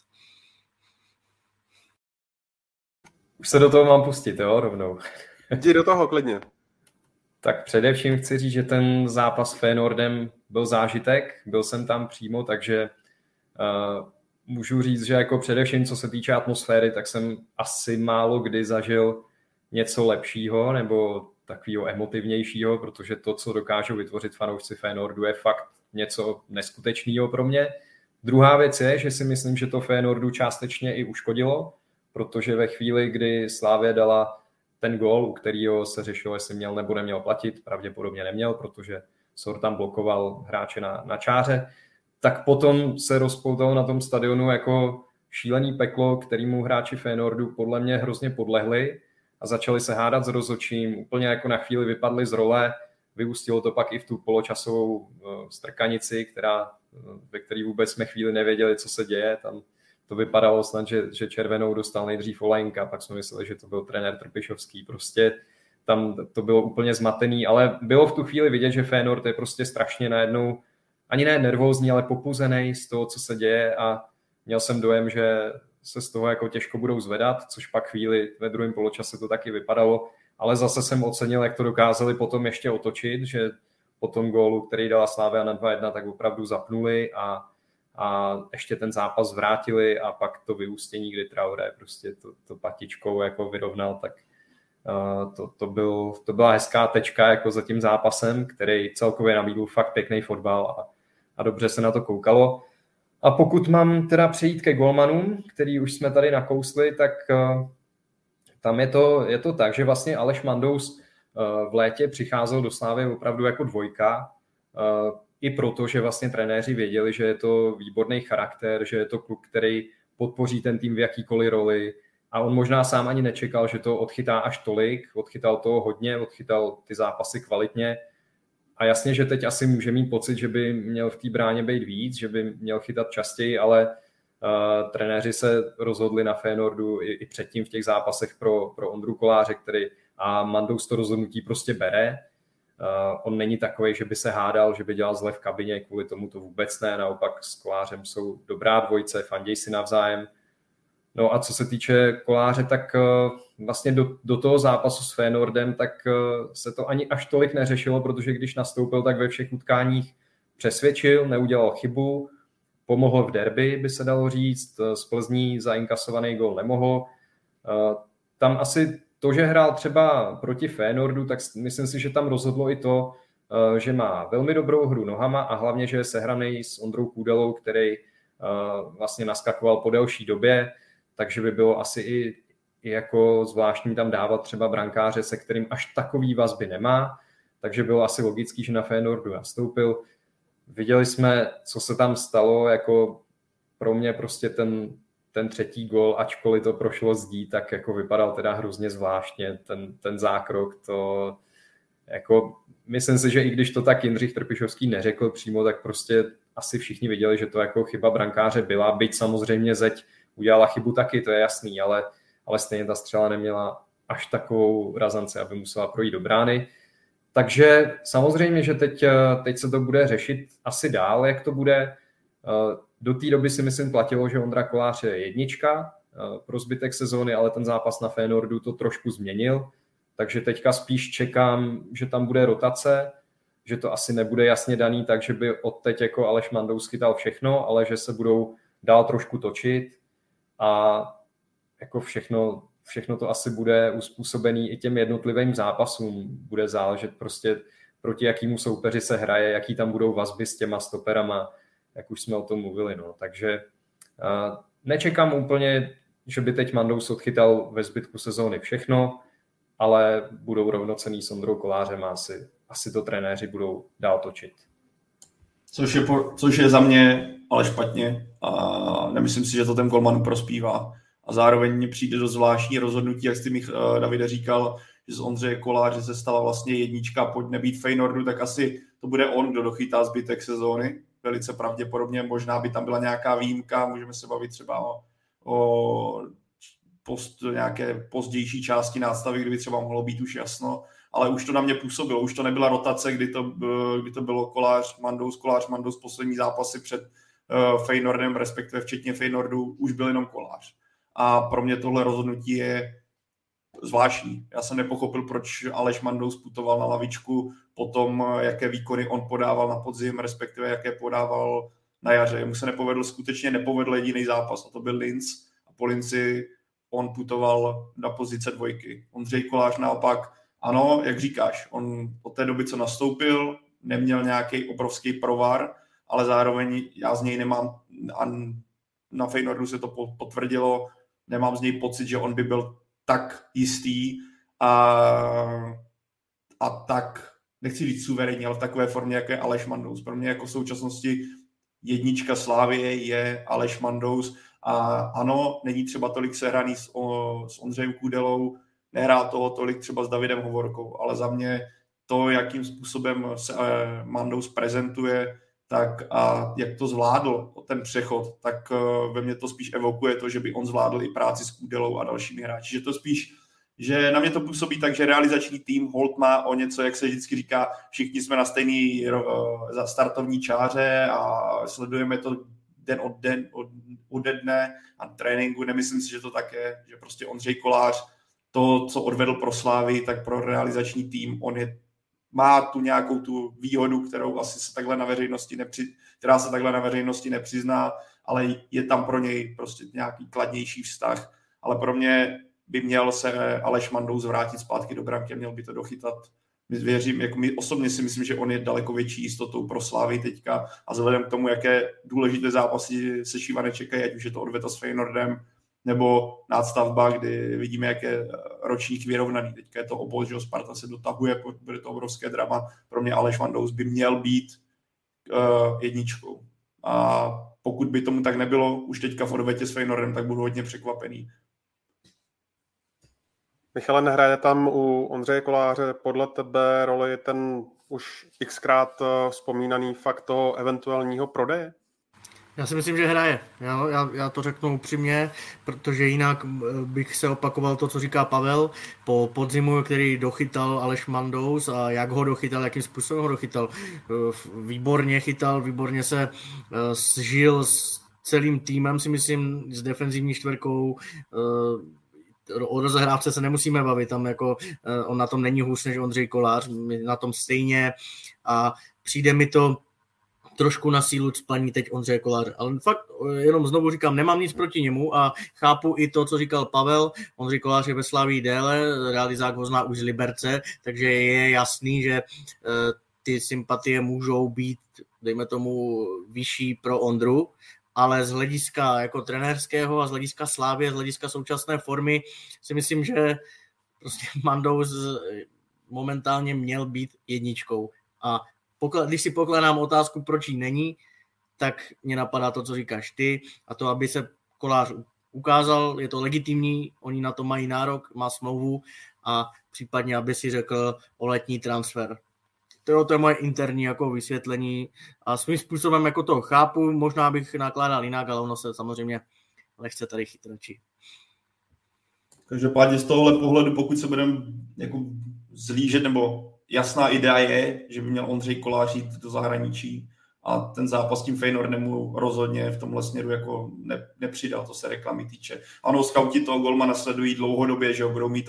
Už se do toho mám pustit, jo, rovnou. Jdi do toho, klidně. Tak především chci říct, že ten zápas s Feyenoordem byl zážitek, byl jsem tam přímo, takže můžu říct, že jako především, co se týče atmosféry, tak jsem asi málo kdy zažil něco lepšího nebo takového emotivnějšího, protože to, co dokážou vytvořit fanoušci Feyenoordu, je fakt něco neskutečného pro mě. Druhá věc je, že si myslím, že to Feyenoordu částečně i uškodilo, protože ve chvíli, kdy Slavia dala ten gól, u kterého se řešilo, jestli měl nebo neměl platit, pravděpodobně neměl, protože Sor tam blokoval hráče na čáře, tak potom se rozpoutalo na tom stadionu jako šílený peklo, kterému hráči Feyenoordu podle mě hrozně podlehli a začali se hádat s rozhodčím, úplně jako na chvíli vypadli z role, vyústilo to pak i v tu poločasovou strkanici, ve které vůbec jsme chvíli nevěděli, co se děje, tam to vypadalo snad, že červenou dostal nejdřív Olejnka, pak jsme mysleli, že to byl trenér Trpišovský. Prostě tam to bylo úplně zmatený, ale bylo v tu chvíli vidět, že Feyenoord je prostě strašně najednou, ani ne nervózní, ale popuzený z toho, co se děje, a měl jsem dojem, že se z toho jako těžko budou zvedat, což pak chvíli ve druhém poločase to taky vypadalo, ale zase jsem ocenil, jak to dokázali potom ještě otočit, že po tom gólu, který dala Slavia na 2-1, tak opravdu zapnuli a ještě ten zápas vrátili a pak to vyústění, kdy Traoré prostě to patičkou jako vyrovnal, tak to byla hezká tečka jako za tím zápasem, který celkově nabídl fakt pěkný fotbal a dobře se na to koukalo. A pokud mám teda přejít ke golmanům, který už jsme tady nakousli, tak tam je to tak, že vlastně Aleš Mandous v létě přicházel do Slavie opravdu jako dvojka, i proto, že vlastně trenéři věděli, že je to výborný charakter, že je to kluk, který podpoří ten tým v jakýkoliv roli, a on možná sám ani nečekal, že to odchytá až tolik, odchytal toho hodně, odchytal ty zápasy kvalitně a jasně, že teď asi může mít pocit, že by měl v té bráně být víc, že by měl chytat častěji, ale trenéři se rozhodli na Feyenoordu i předtím v těch zápasech pro Ondru Koláře, a Mandous to rozhodnutí prostě bere. On není takovej, že by se hádal, že by dělal zle v kabině, kvůli tomu to vůbec ne, naopak s Kolářem jsou dobrá dvojice, fanděj si navzájem. No a co se týče Koláře, tak vlastně do toho zápasu s Feyenoordem, tak se to ani až tolik neřešilo, protože když nastoupil, tak ve všech utkáních přesvědčil, neudělal chybu, pomohl v derby, by se dalo říct, z Plzní zainkasovaný gól nemohl. Tam asi to, že hrál třeba proti Feyenoordu, tak myslím si, že tam rozhodlo i to, že má velmi dobrou hru nohama a hlavně, že je sehraný s Ondrou Kůdelou, který vlastně naskakoval po delší době, takže by bylo asi i jako zvláštní tam dávat třeba brankáře, se kterým až takový vazby nemá, takže bylo asi logický, že na Feyenoordu nastoupil. Viděli jsme, co se tam stalo, jako pro mě prostě ten třetí gól, ačkoliv to prošlo zdí, tak jako vypadal teda hrozně zvláštně, ten zákrok, to jako myslím si, že i když to tak Jindřich Trpišovský neřekl přímo, tak prostě asi všichni viděli, že to jako chyba brankáře byla, byť samozřejmě Zeď udělala chybu taky, to je jasný, ale stejně ta střela neměla až takovou razanci, aby musela projít do brány. Takže samozřejmě, že teď se to bude řešit asi dál, jak to bude. Do té doby si myslím platilo, že Ondra Kolář je jednička pro zbytek sezóny, ale ten zápas na Feyenoordu to trošku změnil, takže teďka spíš čekám, že tam bude rotace, že to asi nebude jasně daný, takže by odteď jako Aleš Mandous chytal všechno, ale že se budou dál trošku točit a jako všechno to asi bude uspůsobený i těm jednotlivým zápasům. Bude záležet prostě proti jakýmu soupeři se hraje, jaký tam budou vazby s těma stoperama, jak už jsme o tom mluvili. No. Takže nečekám úplně, že by teď Mandous odchytal ve zbytku sezóny všechno, ale budou rovnocenný s Ondrou Kolářem a asi to trenéři budou dál točit. Což je za mě ale špatně a nemyslím si, že to ten golman prospívá. A zároveň mně přijde do zvláštní rozhodnutí, jak jsi mi, Davide, říkal, že z Ondřeje Koláře se stala vlastně jednička, pojď nebýt Feyenoordu, tak asi to bude on, kdo dochytá zbytek sezóny. Velice pravděpodobně, možná by tam byla nějaká výjimka, můžeme se bavit třeba o nějaké pozdější části nástavy, kdyby třeba mohlo být už jasno, ale už to na mě působilo, už to nebyla rotace, kdy to bylo Kolář, Mandous poslední zápasy před Feyenoordem, respektive včetně Feyenoordu, už byl jenom Kolář. A pro mě tohle rozhodnutí je zvláštní. Já jsem nepochopil, proč Aleš Mandous putoval na lavičku po tom, jaké výkony on podával na podzim, respektive jaké podával na jaře. Mu se skutečně nepovedl jediný zápas, a to byl Linz. A po Linzi on putoval na pozice dvojky. Ondřej Kolář naopak, ano, jak říkáš, on od té doby, co nastoupil, neměl nějaký obrovský provar, ale zároveň já z něj nemám, a na Feyenoordu se to potvrdilo, nemám z něj pocit, že on by byl tak jistý a tak, nechci říct suverénní, ale v takové formě, jak je Aleš Mandous. Pro mě jako v současnosti jednička Slávie je Aleš Mandous a ano, není třeba tolik sehraný s Ondřejem Kůdelou, nehrál toho tolik třeba s Davidem Hovorkou, ale za mě to, jakým způsobem se Mandous prezentuje, tak a jak to zvládl, ten přechod, tak ve mně to spíš evokuje to, že by on zvládl i práci s Kůdelou a dalšími hráči. Že to spíš, že na mě to působí tak, že realizační tým holt má o něco, jak se vždycky říká, všichni jsme na stejný startovní čáře a sledujeme to ode dne a tréninku. Nemyslím si, že to tak je, že prostě Ondřej Kolář, to, co odvedl pro Slávy, tak pro realizační tým, má tu nějakou tu výhodu, která se takhle na veřejnosti nepřizná, ale je tam pro něj prostě nějaký kladnější vztah. Ale pro mě by měl se Aleš Mandous vrátit zpátky do branky, měl by to dochytat. Věřím, jako osobně si myslím, že on je daleko větší jistotou pro Slávy teďka a vzhledem k tomu, jaké důležité zápasy se Šívané čekají, ať už je to odveta s Feyenoordem, nebo nástavba, kdy vidíme, jak je ročník vyrovnaný. Teďka je to obol, že Sparta se dotahuje, bude to obrovské drama. Pro mě Aleš Mandous by měl být jedničkou. A pokud by tomu tak nebylo už teďka v odvetě s Feyenoordem, tak budu hodně překvapený. Michale, nehraje tam u Ondřeje Koláře podle tebe roli ten už xkrát vzpomínaný fakt toho eventuálního prodeje? Já si myslím, že hraje. Já to řeknu upřímně, protože jinak bych se opakoval to, co říká Pavel. Po podzimu, který dochytal Aleš Mandous a jak ho dochytal, jakým způsobem ho dochytal. Výborně chytal, výborně se sžil s celým týmem, si myslím, s defenzivní čtverkou. O rozehrávce se nemusíme bavit, tam jako on na tom není hůř než Ondřej Kolář, my na tom stejně a přijde mi to trošku na sílu cpaní teď Ondřeje Koláře. Ale fakt, jenom znovu říkám, nemám nic proti němu a chápu i to, co říkal Pavel. Ondřej Kolář je ve Slavii déle, realizák ho zná už z Liberce, takže je jasný, že ty sympatie můžou být, dejme tomu, vyšší pro Ondru, ale z hlediska jako trenérského a z hlediska Slávie, z hlediska současné formy si myslím, že prostě Mandous momentálně měl být jedničkou. A když si pokládám otázku, proč jí není, tak mě napadá to, co říkáš ty, a to, aby se Kolář ukázal, je to legitimní, oni na to mají nárok, má smlouvu a případně, aby si řekl o letní transfer. To je moje interní jako vysvětlení a svým způsobem jako to chápu, možná bych nakládal jinak, ale ono se samozřejmě lehce tady chytračí. Každopádně z tohohle pohledu, pokud se budeme jako zlížet, nebo jasná idea je, že by měl Ondřej Kolář jít do zahraničí a ten zápas s tím Feyenoordem mu rozhodně v tomhle směru jako nepřidal, to se reklamy týče. Ano, skauti toho golmana sledují dlouhodobě, že budou mít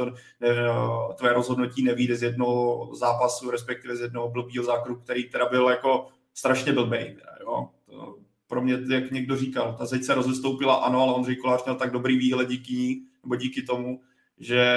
tvé rozhodnutí nevyjde z jednoho zápasu, respektive z jednoho blbýho zákroku, který teda byl jako strašně blbej. Jo? To pro mě, jak někdo říkal, ta zeď se rozestoupila, ano, ale Ondřej Kolář měl tak dobrý výhled díky tomu, že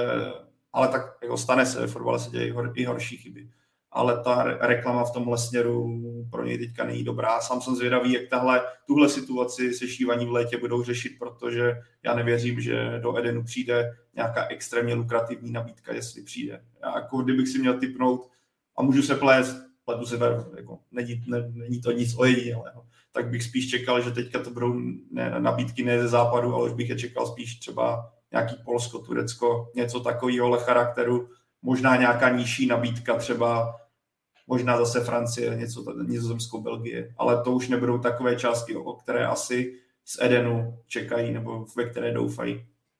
ale tak jako stane se, ve fotbale se dějí i horší chyby. Ale ta reklama v tomhle směru pro něj teďka není dobrá. Sám jsem zvědavý, jak tuhle situaci se Šívaní v létě budou řešit, protože já nevěřím, že do Edenu přijde nějaká extrémně lukrativní nabídka, jestli přijde. Já jako kdybych si měl tipnout, a můžu se plést, pletu se jako, není to nic ojedinělého, tak bych spíš čekal, že teďka to budou nabídky ne ze západu, ale už bych je čekal spíš třeba nějaký Polsko, Turecko, něco takového charakteru, možná nějaká nižší nabídka, třeba možná zase Francie, Nizozemsko, Belgie, ale to už nebudou takové částky, o které asi z Edenu čekají nebo ve které doufají.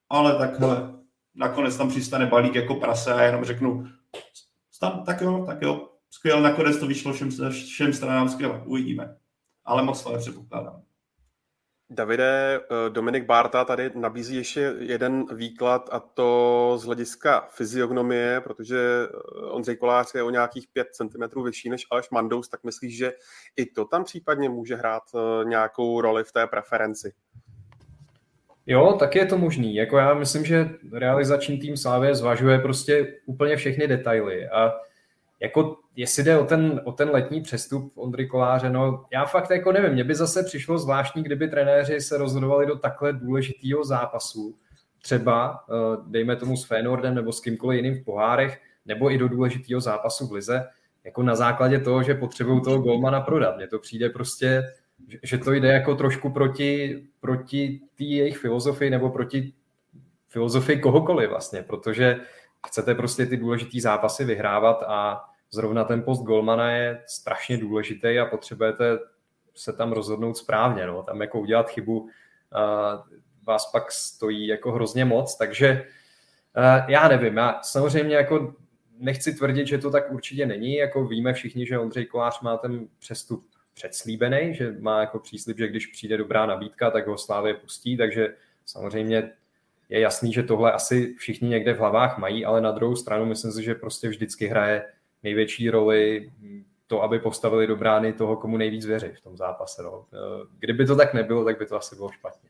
ale takhle nakonec tam přistane balík jako prase a jenom řeknu, tak jo, skvěle, nakonec to vyšlo všem stranám skvěle, uvidíme. Ale moc to nepředpokládám. Davide, Dominik Bárta tady nabízí ještě jeden výklad, a to z hlediska fyziognomie, protože Ondřej Kolář je o nějakých 5 cm vyšší než Aleš Mandous, tak myslíš, že i to tam případně může hrát nějakou roli v té preferenci? Jo, tak je to možný. Jako já myslím, že realizační tým Slavie zvažuje prostě úplně všechny detaily a jako jestli jde o ten letní přestup Ondry Koláře, no já fakt jako nevím, mně by zase přišlo zvláštní, kdyby trenéři se rozhodovali do takhle důležitého zápasu, třeba dejme tomu s Feyenoordem nebo s kýmkoliv jiným v pohárech, nebo i do důležitého zápasu v lize, jako na základě toho, že potřebují toho golmana prodat. Mně to přijde prostě, že to jde jako trošku proti té jejich filozofii nebo proti filozofii kohokoliv vlastně, protože chcete prostě ty důležitý zápasy vyhrávat a zrovna ten post golmana je strašně důležitý a potřebujete se tam rozhodnout správně. No. Tam jako udělat chybu vás pak stojí jako hrozně moc, takže já nevím. Já samozřejmě jako nechci tvrdit, že to tak určitě není. Jako víme všichni, že Ondřej Kolář má ten přestup předslíbený, že má jako příslib, že když přijde dobrá nabídka, tak ho Slavie pustí, takže samozřejmě je jasný, že tohle asi všichni někde v hlavách mají, ale na druhou stranu myslím si, že prostě vždycky hraje největší roli to, aby postavili do brány toho, komu nejvíc věří v tom zápase. No. Kdyby to tak nebylo, tak by to asi bylo špatně.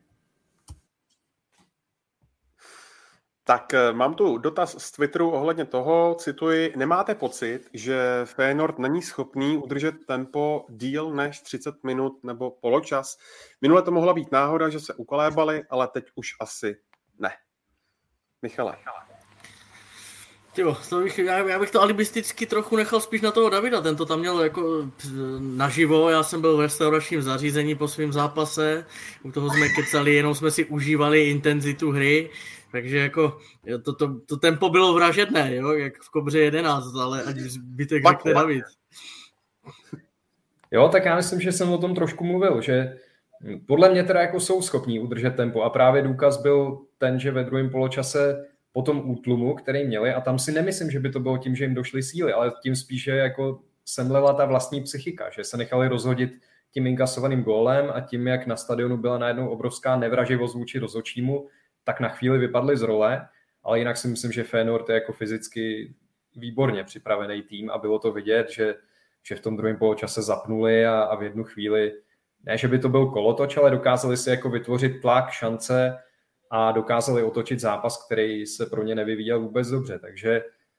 Tak mám tu dotaz z Twitteru ohledně toho, cituji, nemáte pocit, že Feyenoord není schopný udržet tempo díl než 30 minut nebo poločas? Minule to mohla být náhoda, že se ukolébali, ale teď už asi ne. Michale. Jo, já bych to alibisticky trochu nechal spíš na toho Davida, ten to tam měl jako naživo, já jsem byl v restauračním zařízení po svém zápase, u toho jsme kecali, jenom jsme si užívali intenzitu hry, takže jako to tempo bylo vražedné, jo, jak v Kobře 11, ale ať zbytek řekne David. Jo, tak já myslím, že jsem o tom trošku mluvil, že podle mě teda jako jsou schopní udržet tempo a právě důkaz byl ten, že ve druhém poločase po tom útlumu, který měli, a tam si nemyslím, že by to bylo tím, že jim došly síly, ale tím spíše jako semlela ta vlastní psychika, že se nechali rozhodit tím inkasovaným gólem a tím, jak na stadionu byla najednou obrovská nevraživost vůči rozhodčímu, tak na chvíli vypadli z role, ale jinak si myslím, že Feyenoord je jako fyzicky výborně připravený tým a bylo to vidět, že v tom druhém poločase zapnuli a v jednu chvíli, ne, že by to byl kolotoč, ale dokázali si jako vytvořit tlak, šance a dokázali otočit zápas, který se pro ně nevyvíjel vůbec dobře. Takže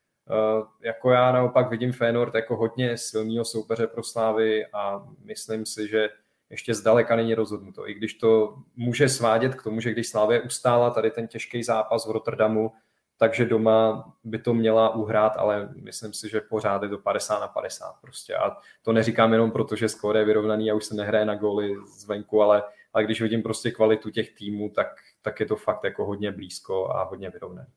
jako já naopak vidím Feyenoord jako hodně silného soupeře pro Slavii a myslím si, že ještě zdaleka není rozhodnuto. I když to může svádět k tomu, že když Slavie ustála tady ten těžký zápas v Rotterdamu, takže doma by to měla uhrát, ale myslím si, že pořád je to 50-50 prostě. A to neříkám jenom proto, že skóre je vyrovnaný a už se nehraje na góly zvenku, ale když vidím prostě kvalitu těch týmů, tak je to fakt jako hodně blízko a hodně vyrovnaný.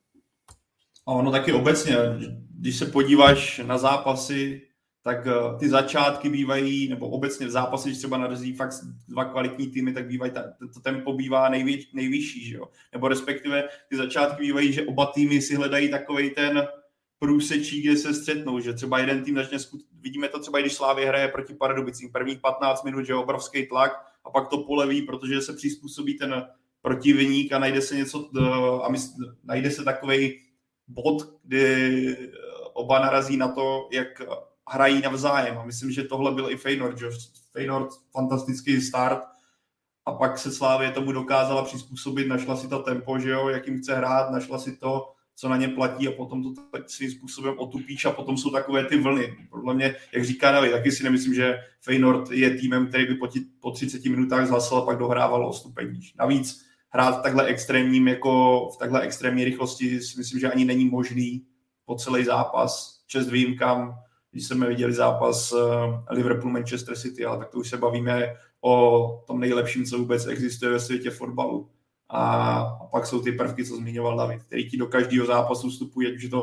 A ono taky obecně, když se podíváš na zápasy, tak ty začátky bývají, nebo obecně v zápasy, když třeba narazí fakt dva kvalitní týmy, tak bývají, to tempo bývá nejvyšší, že jo? Nebo respektive ty začátky bývají, že oba týmy si hledají takovej ten průsečí, kde se střetnou, že třeba jeden tým začne, vidíme to třeba, když Slavie hraje proti Pardubicím, prvních 15 minut, že je obrovský tlak a pak to poleví, protože se přizpůsobí ten protivník a najde se něco, najde se takovej bod, kdy oba narazí na to, jak hrají navzájem. A myslím, že tohle byl i Feyenoord, že Feyenoord fantastický start a pak se Slavie tomu dokázala přizpůsobit, našla si to tempo, že jo, jakým chce hrát, našla si to, co na ně platí a potom to tak svým způsobem otupíš a potom jsou takové ty vlny. Podle mě, jak říká David, taky si nemyslím, že Feyenoord je týmem, který by po 30 minutách zhasl a pak dohrával o stupeň níž. Navíc hrát takhle extrémním, jako v takhle extrémní rychlosti si myslím, že ani není možný po celý zápas. Čest výjimkám, když jsme viděli zápas Liverpool-Manchester City, ale tak to už se bavíme o tom nejlepším, co vůbec existuje ve světě fotbalu. A pak jsou ty prvky, co zmiňoval David, který ti do každého zápasu vstupují, ať už je to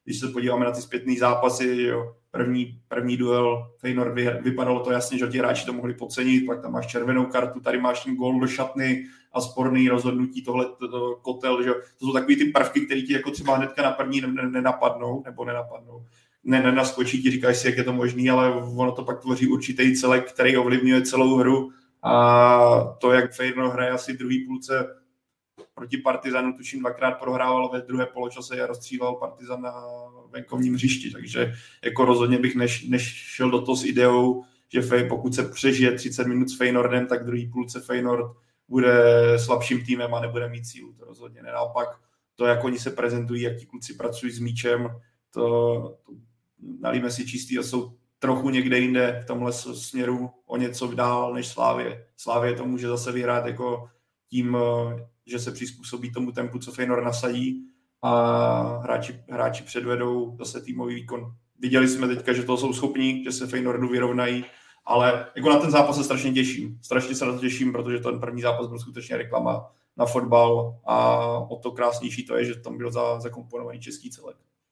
když se podíváme na ty zpětné zápasy, jo, první duel Feyenoord vypadalo to jasně, že ti hráči to mohli podcenit, pak tam máš červenou kartu, tady máš ten gól do šatny a sporný rozhodnutí, tohle kotel, že to jsou takový ty prvky, které ti jako třeba hnedka na první nenapadnou, nenaskočí ti, říkáš si, jak je to možný, ale ono to pak tvoří určitý celek, který ovlivňuje celou hru a to, jak Feyenoord hraje asi v druhé půlce proti Partizanu, tuším 2krát prohrával ve druhé poločase a rozstřílel Partizan na venkovním hřišti, takže jako rozhodně bych nešel do toho s ideou, že pokud se přežije 30 minut s Feyenoordem, tak v druhé půlce Feyenoord bude slabším týmem a nebude mít sílu, to rozhodně ne. Naopak to, jak oni se prezentují, jak ti kluci pracují s míčem, to nalíme si čistý a jsou trochu někde jinde v tomhle směru o něco dál než Slavie. Slavie to může zase vyhrát jako tím, že se přizpůsobí tomu tempu, co Feyenoord nasadí a hráči předvedou zase týmový výkon. Viděli jsme teďka, že to jsou schopní, že se Feyenoordu vyrovnají, ale jako na ten zápas se strašně těším. Strašně se na to těším, protože ten první zápas byl skutečně reklama na fotbal a o to krásnější to je, že tam byl zakomponovaný český celek.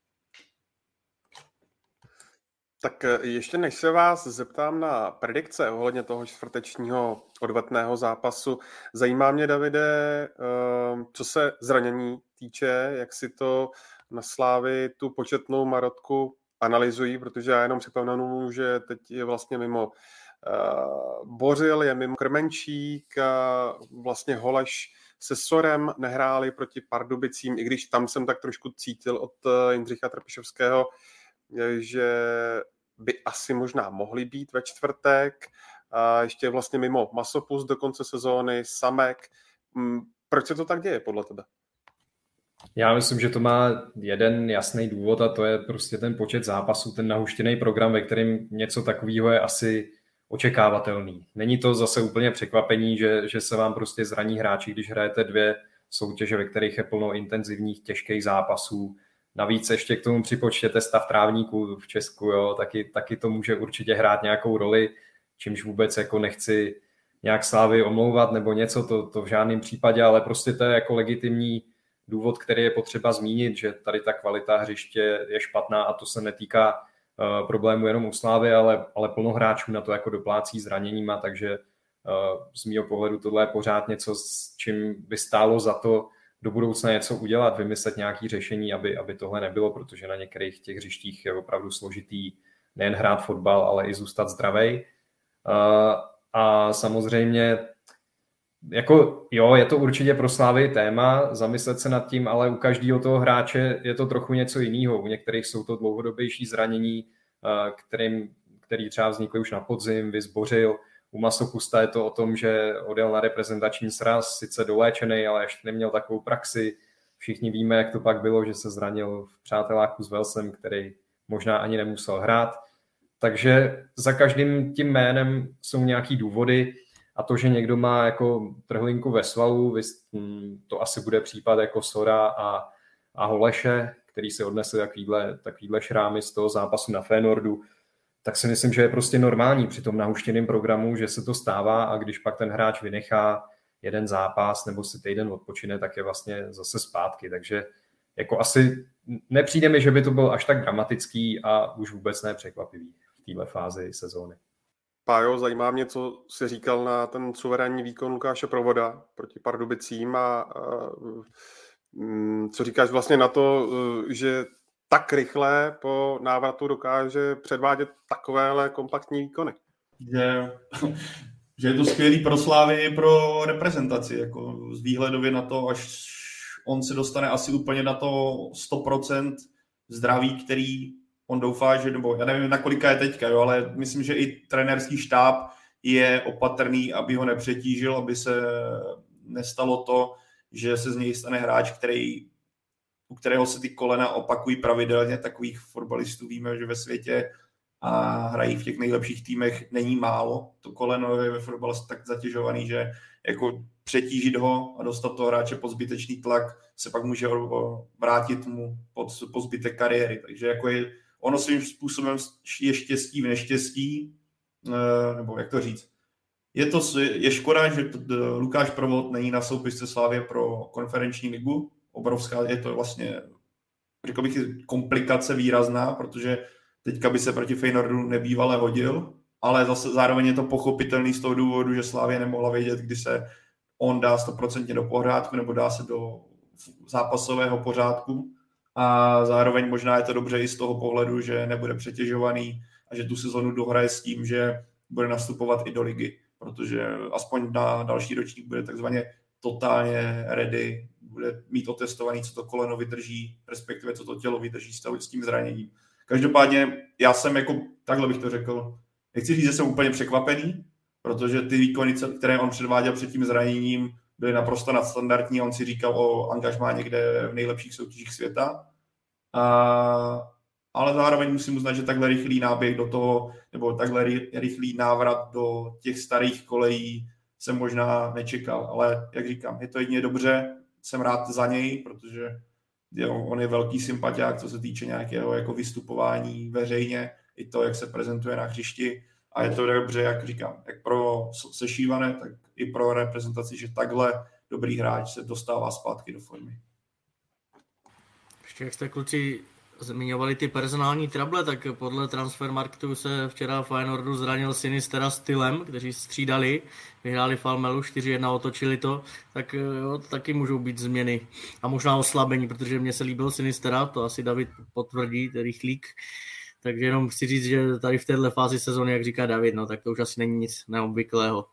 Tak ještě než se vás zeptám na predikce ohledně toho čtvrtečního odvetného zápasu, zajímá mě, Davide, co se zranění týče, jak si to na Slávii tu početnou marotku analyzují, protože já jenom připomenu, že teď je vlastně mimo Bořil, je mimo Krmenčík, vlastně Holeš se Sorem nehráli proti Pardubicím, i když tam jsem tak trošku cítil od Jindřicha Trpišovského, že by asi možná mohli být ve čtvrtek. A ještě vlastně mimo Masopus do konce sezóny, Samek. Proč se to tak děje podle tebe? Já myslím, že to má jeden jasný důvod a to je prostě ten počet zápasů, ten nahuštěný program, ve kterém něco takového je asi očekávatelný. Není to zase úplně překvapení, že se vám prostě zraní hráči, když hrajete 2 soutěže, ve kterých je plno intenzivních, těžkých zápasů. Navíc ještě k tomu připočtěte stav trávníků v Česku, jo, taky to může určitě hrát nějakou roli, čímž vůbec jako nechci nějak Slávy omlouvat nebo něco, to v žádném případě, ale prostě to je jako legitimní důvod, který je potřeba zmínit, že tady ta kvalita hřiště je špatná a to se netýká problému jenom u Slávy, ale plno hráčů na to jako doplácí zraněníma, takže z mýho pohledu tohle je pořád něco, s čím by stálo za to do budoucna něco udělat, vymyslet nějaké řešení, aby tohle nebylo, protože na některých těch hřištích je opravdu složitý nejen hrát fotbal, ale i zůstat zdravej. A samozřejmě jako jo, je to určitě pro Slávy téma, zamyslet se nad tím, ale u každého toho hráče je to trochu něco jiného. U některých jsou to dlouhodobější zranění, který třeba vznikly už na podzim, vyzbořil. U Masopusta je to o tom, že odjel na reprezentační sraz, sice doléčený, ale ještě neměl takovou praxi. Všichni víme, jak to pak bylo, že se zranil v přáteláku s Velsem, který možná ani nemusel hrát. Takže za každým tím jménem jsou nějaký důvody a to, že někdo má jako trhlinku ve svalu, to asi bude případ jako Sora a Holeše, který si odnesl takovýhle šrámy z toho zápasu na Feyenoordu, tak si myslím, že je prostě normální při tom nahuštěném programu, že se to stává a když pak ten hráč vynechá jeden zápas nebo si týden odpočine, tak je vlastně zase zpátky. Takže jako asi nepřijde mi, že by to byl až tak dramatický a už vůbec ne překvapivý v téhle fázi sezóny. Pájo, zajímá mě, co jsi říkal na ten suverénní výkon Lukáše Provoda proti Pardubicím a co říkáš vlastně na to, že tak rychle po návratu dokáže předvádět takovéhle kompaktní výkony. Že je to skvělý pro Slávy i pro reprezentaci, jako z výhledově na to, až on se dostane asi úplně na to 100% zdraví, který on doufá, že, nebo já nevím, na kolika je teďka, jo, ale myslím, že i trenérský štáb je opatrný, aby ho nepřetížil, aby se nestalo to, že se z něj stane hráč, u kterého se ty kolena opakují pravidelně, takových fotbalistů víme, že ve světě a hrají v těch nejlepších týmech není málo. To koleno je ve fotbale tak zatěžovaný, že jako přetížit ho a dostat toho hráče pod zbytečný tlak se pak může vrátit mu po zbytek kariéry. Takže jako ono svým způsobem je štěstí v neštěstí, nebo jak to říct. Je škoda, že Lukáš Provod není na soupisce Slávě pro konferenční ligu. Obrovská, je to vlastně řekl bych, komplikace výrazná, protože teďka by se proti Feyenoordu nebývale hodil, ale zase zároveň je to pochopitelný z toho důvodu, že Slavia nemohla vědět, kdy se on dá 100% do pořádku nebo dá se do zápasového pořádku a zároveň možná je to dobře i z toho pohledu, že nebude přetěžovaný a že tu sezonu dohraje s tím, že bude nastupovat i do ligy, protože aspoň na další ročník bude takzvaně totálně ready, bude mít otestovaný, co to koleno vydrží, respektive co to tělo vydrží s tím zraněním. Každopádně já jsem jako, takhle bych to řekl, nechci říct, že jsem úplně překvapený, protože ty výkony, které on předváděl před tím zraněním, byly naprosto nadstandardní. On si říkal o angažmá někde v nejlepších soutěžích světa. Ale zároveň musím uznat, že takhle rychlý náběh do toho, nebo takhle rychlý návrat do těch starých kolejí jsem možná nečekal. Ale jak říkám, je to jedině dobře, jsem rád za něj, protože on je velký sympatiák, co se týče nějakého jako vystupování veřejně, i to, jak se prezentuje na hřišti. A je to dobře, jak říkám, jak pro sešívané, tak i pro reprezentaci, že takhle dobrý hráč se dostává zpátky do formy. Ještě jak jste kluci zmiňovali ty personální trable, tak podle Transfermarktu se včera v Feyenoordu zranil Sinistera s Tylem, kteří střídali, vyhráli Falmelu 4-1, otočili to, tak jo, to taky můžou být změny a možná oslabení, protože mně se líbil Sinistera, to asi David potvrdí, ten rychlík. Takže jenom chci říct, že tady v této fázi sezóny, jak říká David, no, tak to už asi není nic neobvyklého.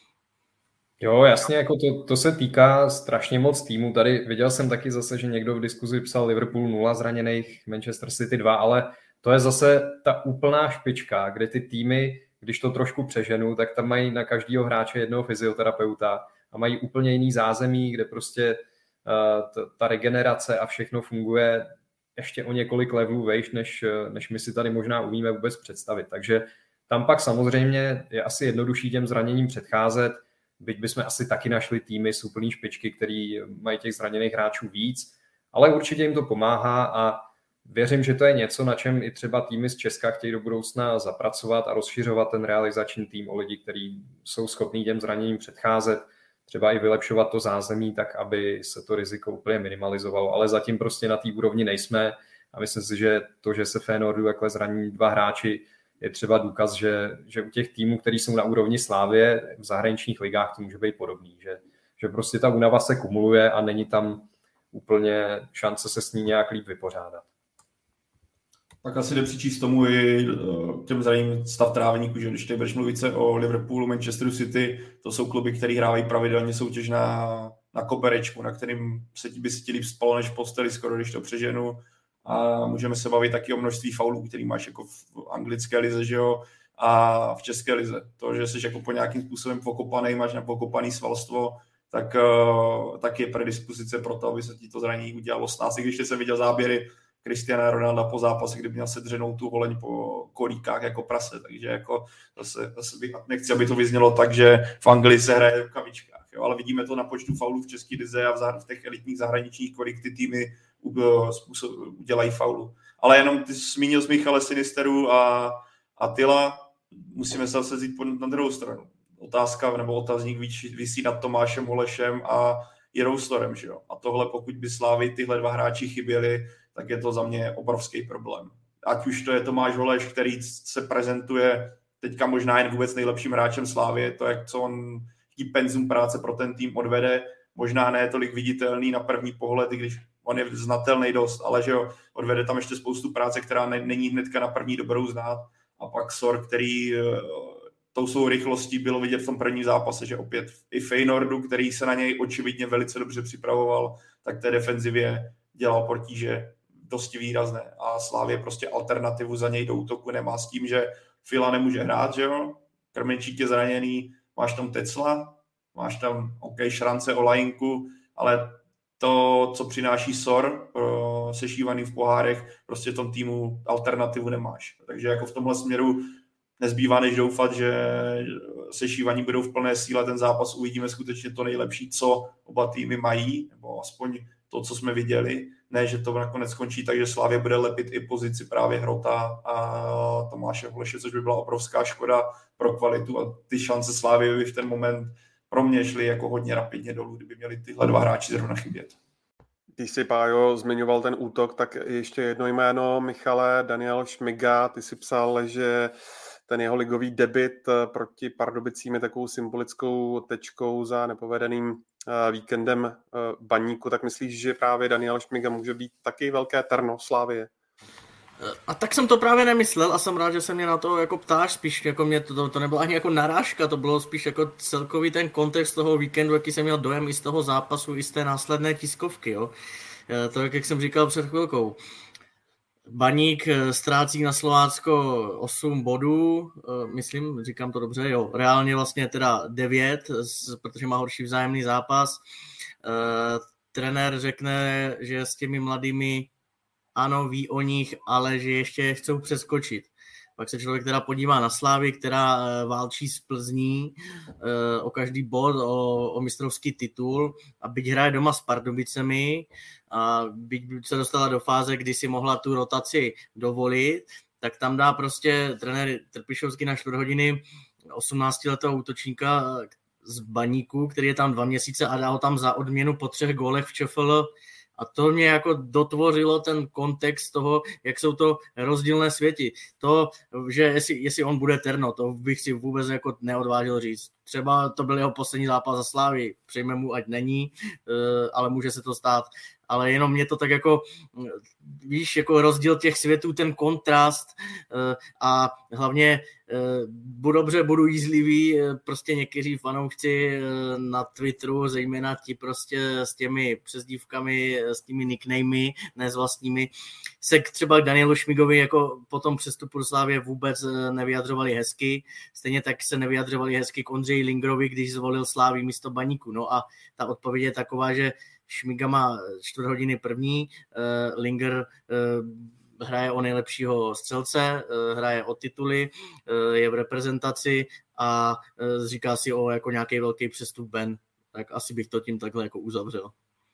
Jo, jasně, jako to se týká strašně moc týmů. Tady viděl jsem taky zase, že někdo v diskuzi psal Liverpool 0 zraněných, Manchester City 2, ale to je zase ta úplná špička, kde ty týmy, když to trošku přeženu, tak tam mají na každého hráče jednoho fyzioterapeuta a mají úplně jiný zázemí, kde prostě ta regenerace a všechno funguje ještě o několik levelů vejš, než my si tady možná umíme vůbec představit. Takže tam pak samozřejmě je asi jednodušší těm zraněním předcházet, byť bychom asi taky našli týmy z úplný špičky, který mají těch zraněných hráčů víc, ale určitě jim to pomáhá a věřím, že to je něco, na čem i třeba týmy z Česka chtějí do budoucna zapracovat a rozšiřovat ten realizační tým o lidi, kteří jsou schopní těm zraněním předcházet, třeba i vylepšovat to zázemí tak, aby se to riziko úplně minimalizovalo, ale zatím prostě na té úrovni nejsme a myslím si, že to, že se Feyenoordu takhle zraní 2 hráči, je třeba důkaz, že u těch týmů, který jsou na úrovni Slávie, v zahraničních ligách to může být podobný, že prostě ta únava se kumuluje a není tam úplně šance se s ní nějak líp vypořádat. Tak asi jde přičíst tomu i těm zraněním stav trávníků, že když teď budeš mluvit se o Liverpoolu, Manchesteru City, to jsou kluby, které hrávají pravidelně soutěž na koberečku, na kterým by se ti líp spalo než posteli, skoro když to přeženu. A můžeme se bavit taky o množství faulů, který máš jako v anglické lize, že jo, a v české lize. To, že jsi jako po nějakým způsobem pokopaný, máš pokopaný svalstvo, tak je predispozice pro to, aby se ti to zranění udělalo s nás. I když jsem viděl záběry Cristiana Ronalda po zápase, kdy měl sedřenou tu holeň po kolíkách jako prase, takže jako zase nechci, aby to vyznělo tak, že v Anglii se hraje v kavičkách, jo, ale vidíme to na počtu faulů v české lize a v těch elitních zahraničních, kolik ty týmy udělají faulu. Ale jenom ty zmínil z Michale Sinisteru a Tyla, musíme se zase vzít na druhou stranu. Otázka nebo otazník visí nad Tomášem Holešem a Jirou Storem, že jo. A tohle, pokud by Slávy tyhle 2 hráči chyběli, tak je to za mě obrovský problém. Ať už to je Tomáš Holeš, který se prezentuje teďka možná jen vůbec nejlepším hráčem Slávy, to jak co on tím penzum práce pro ten tým odvede, možná ne tolik viditelný na první pohled, i když on je znatelný dost, ale že jo, odvede tam ještě spoustu práce, která není hnedka na první dobrou znát. A pak Sor, který tou svou rychlostí bylo vidět v tom prvním zápase, že opět i Feyenoordu, který se na něj očividně velice dobře připravoval, tak té defenzivě dělal potíže dosti výrazné. A Slavie prostě alternativu za něj do útoku nemá s tím, že Fila nemůže hrát, že jo, Krmenčík je zraněný, máš tam Tecla, máš tam Šrance, Olajinku, ale to, co přináší Sor, sešívaný v pohárech, prostě v tom týmu alternativu nemáš. Takže jako v tomhle směru nezbývá než doufat, že sešívaní budou v plné síle, ten zápas uvidíme skutečně to nejlepší, co oba týmy mají, nebo aspoň to, co jsme viděli. Ne, že to nakonec skončí tak, že Slavie bude lepit i pozici právě Hrota a Tomáše Holeše, což by byla obrovská škoda pro kvalitu a ty šance Slavie by v ten moment pro mě šly jako hodně rapidně dolů, kdyby měli tyhle 2 hráči zrovna chybět. Když si, Pájo, zmiňoval ten útok, tak ještě jedno jméno, Michale, Daniel Šmiga, ty si psal, že ten jeho ligový debut proti Pardubicím je takovou symbolickou tečkou za nepovedeným víkendem Baníku, tak myslíš, že právě Daniel Šmiga může být taky velké terno Slavie? A tak jsem to právě nemyslel a jsem rád, že se mě na to jako ptáš, spíš jako mě to nebylo ani jako narážka, to bylo spíš jako celkový ten kontext toho víkendu, jaký jsem měl dojem i z toho zápasu, i z té následné tiskovky, jo. To jak jsem říkal před chvilkou. Baník ztrácí na Slovácko 8 bodů, myslím, říkám to dobře, jo, reálně vlastně teda 9, protože má horší vzájemný zápas. Trenér řekne, že s těmi mladými ano, ví o nich, ale že ještě chcou přeskočit. Pak se člověk teda podívá na Slávy, která válčí s Plzní o každý bod, o mistrovský titul a byť hraje doma s Pardubicemi a byť se dostala do fáze, kdy si mohla tu rotaci dovolit, tak tam dá prostě trenér Trpišovský na 4 hodiny 18letého útočníka z Baníku, který je tam 2 měsíce a dá ho tam za odměnu po 3 gólech v ČFL. A to mě jako dotvořilo ten kontext toho, jak jsou to rozdílné světy. To, že jestli on bude terno, to bych si vůbec jako neodvážil říct. Třeba to byl jeho poslední zápas za Slávy, přejme mu, ať není, ale může se to stát. Ale jenom mě to tak jako, víš, jako rozdíl těch světů, ten kontrast a hlavně budu jízlivý, prostě někteří fanoušci na Twitteru, zejména ti prostě s těmi přezdívkami, s těmi nicknamey, ne s vlastními, se třeba k Danielu Šmigovi jako po tom přestupu do Slávie vůbec nevyjadřovali hezky, stejně tak se nevyjadřovali hezky k Ondřeji Lingerovi, když zvolil Slávii místo Baníku. No a ta odpověď je taková, že Šmiga má 4 hodiny první, Linger hraje o nejlepšího střelce, hraje o tituly, je v reprezentaci a říká si o jako nějaký velký přestup ven. Tak asi bych to tím takhle jako uzavřel.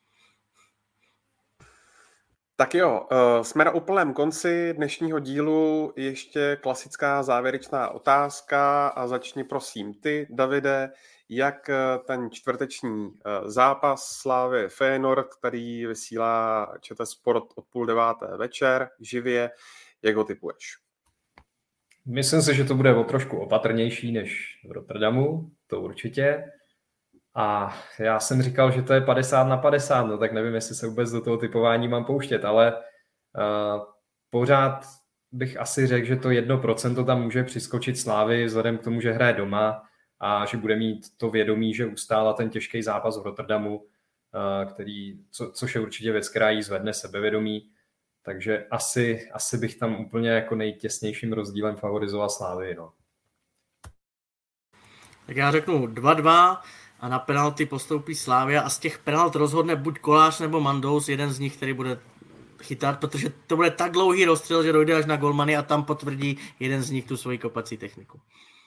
Tak jo, jsme na úplném konci dnešního dílu. Ještě klasická závěrečná otázka a začni prosím ty, Davide, jak ten čtvrteční zápas Slavie Feyenoord, který vysílá ČT Sport od 8:30 večer živě, jak ho tipuješ? Myslím si, že to bude o trošku opatrnější než v Rotterdamu, to určitě. A já jsem říkal, že to je 50/50, no tak nevím, jestli se vůbec do toho typování mám pouštět, ale pořád bych asi řekl, že to 1% tam může přiskočit Slávy vzhledem k tomu, že hraje doma a že bude mít to vědomí, že ustála ten těžký zápas v Rotterdamu, což je určitě věc, která jí zvedne sebevědomí. Takže asi bych tam úplně jako nejtěsnějším rozdílem favorizoval Slávy. No. Tak já řeknu 2-2 a na penalty postoupí Slavia a z těch penalt rozhodne buď Kolář nebo Mandous, jeden z nich, který bude chytat, protože to bude tak dlouhý rozstřel, že dojde až na golmany a tam potvrdí jeden z nich tu svoji kopací techniku.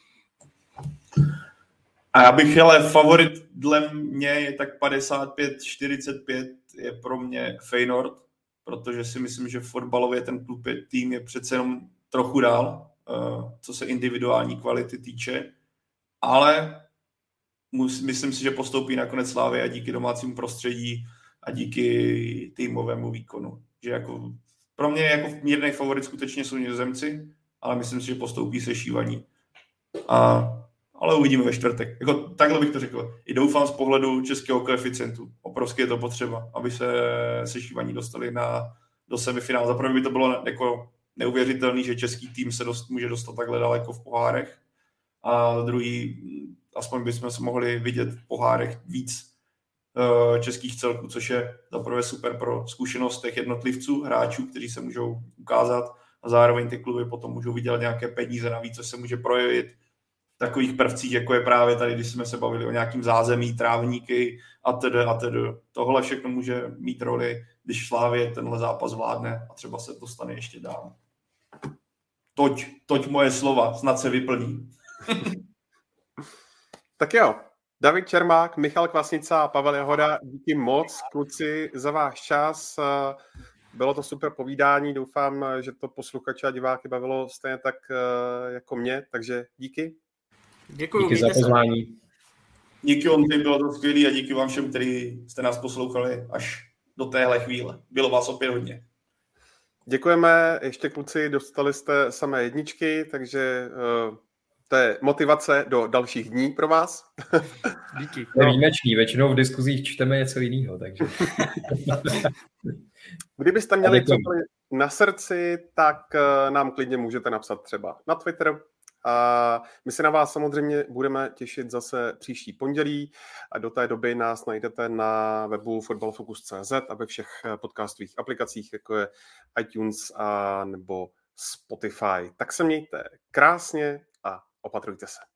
A já bych, ale favorit dle mě je tak 55-45 je pro mě Feyenoord, protože si myslím, že fotbalově ten tým je přece jenom trochu dál, co se individuální kvality týče, ale myslím si, že postoupí nakonec Slavie a díky domácímu prostředí a díky týmovému výkonu. Že jako, pro mě jako mírný favorit skutečně jsou Nizozemci, ale myslím si, že postoupí sešívaní. Ale uvidíme ve čtvrtek. Jako, takhle bych to řekl. I doufám z pohledu českého koeficientu. Obrovsky je to potřeba, aby se sešívaní dostali do semifinále. Za prvé by to bylo jako neuvěřitelný, že český tým se může dostat takhle daleko v pohárech. A druhý, aspoň bychom se mohli vidět v pohárech víc českých celků, což je zaprvé super pro zkušenost těch jednotlivců, hráčů, kteří se můžou ukázat a zároveň ty kluby potom můžou vydělat nějaké peníze navíc, což se může projevit v takových prvcích, jako je právě tady, když jsme se bavili o nějakým zázemí, trávníky atd. Tohle všechno může mít roli, když Slavie tenhle zápas vládne a třeba se dostane ještě dál. Toť moje slova, snad se vyplní. Tak jo, David Čermák, Michal Kvasnica a Pavel Jahoda, díky moc, kluci, za váš čas. Bylo to super povídání, doufám, že to posluchače a diváky bavilo stejně tak jako mě, takže díky. Děkuji, díky za pozvání. Díky Ondřej, bylo to skvělý a díky vám všem, kteří jste nás poslouchali až do téhle chvíle. Bylo vás opět hodně. Děkujeme, ještě kluci, dostali jste samé jedničky, takže to je motivace do dalších dní pro vás. Díky. Je výjimečný, většinou v diskuzích čteme něco jiného, takže... Kdybyste měli cokoliv na srdci, tak nám klidně můžete napsat třeba na Twitter. A my se na vás samozřejmě budeme těšit zase příští pondělí a do té doby nás najdete na webu fotbalfocus.cz a ve všech podcastových aplikacích, jako je iTunes a nebo Spotify. Tak se mějte krásně a opatrujte se.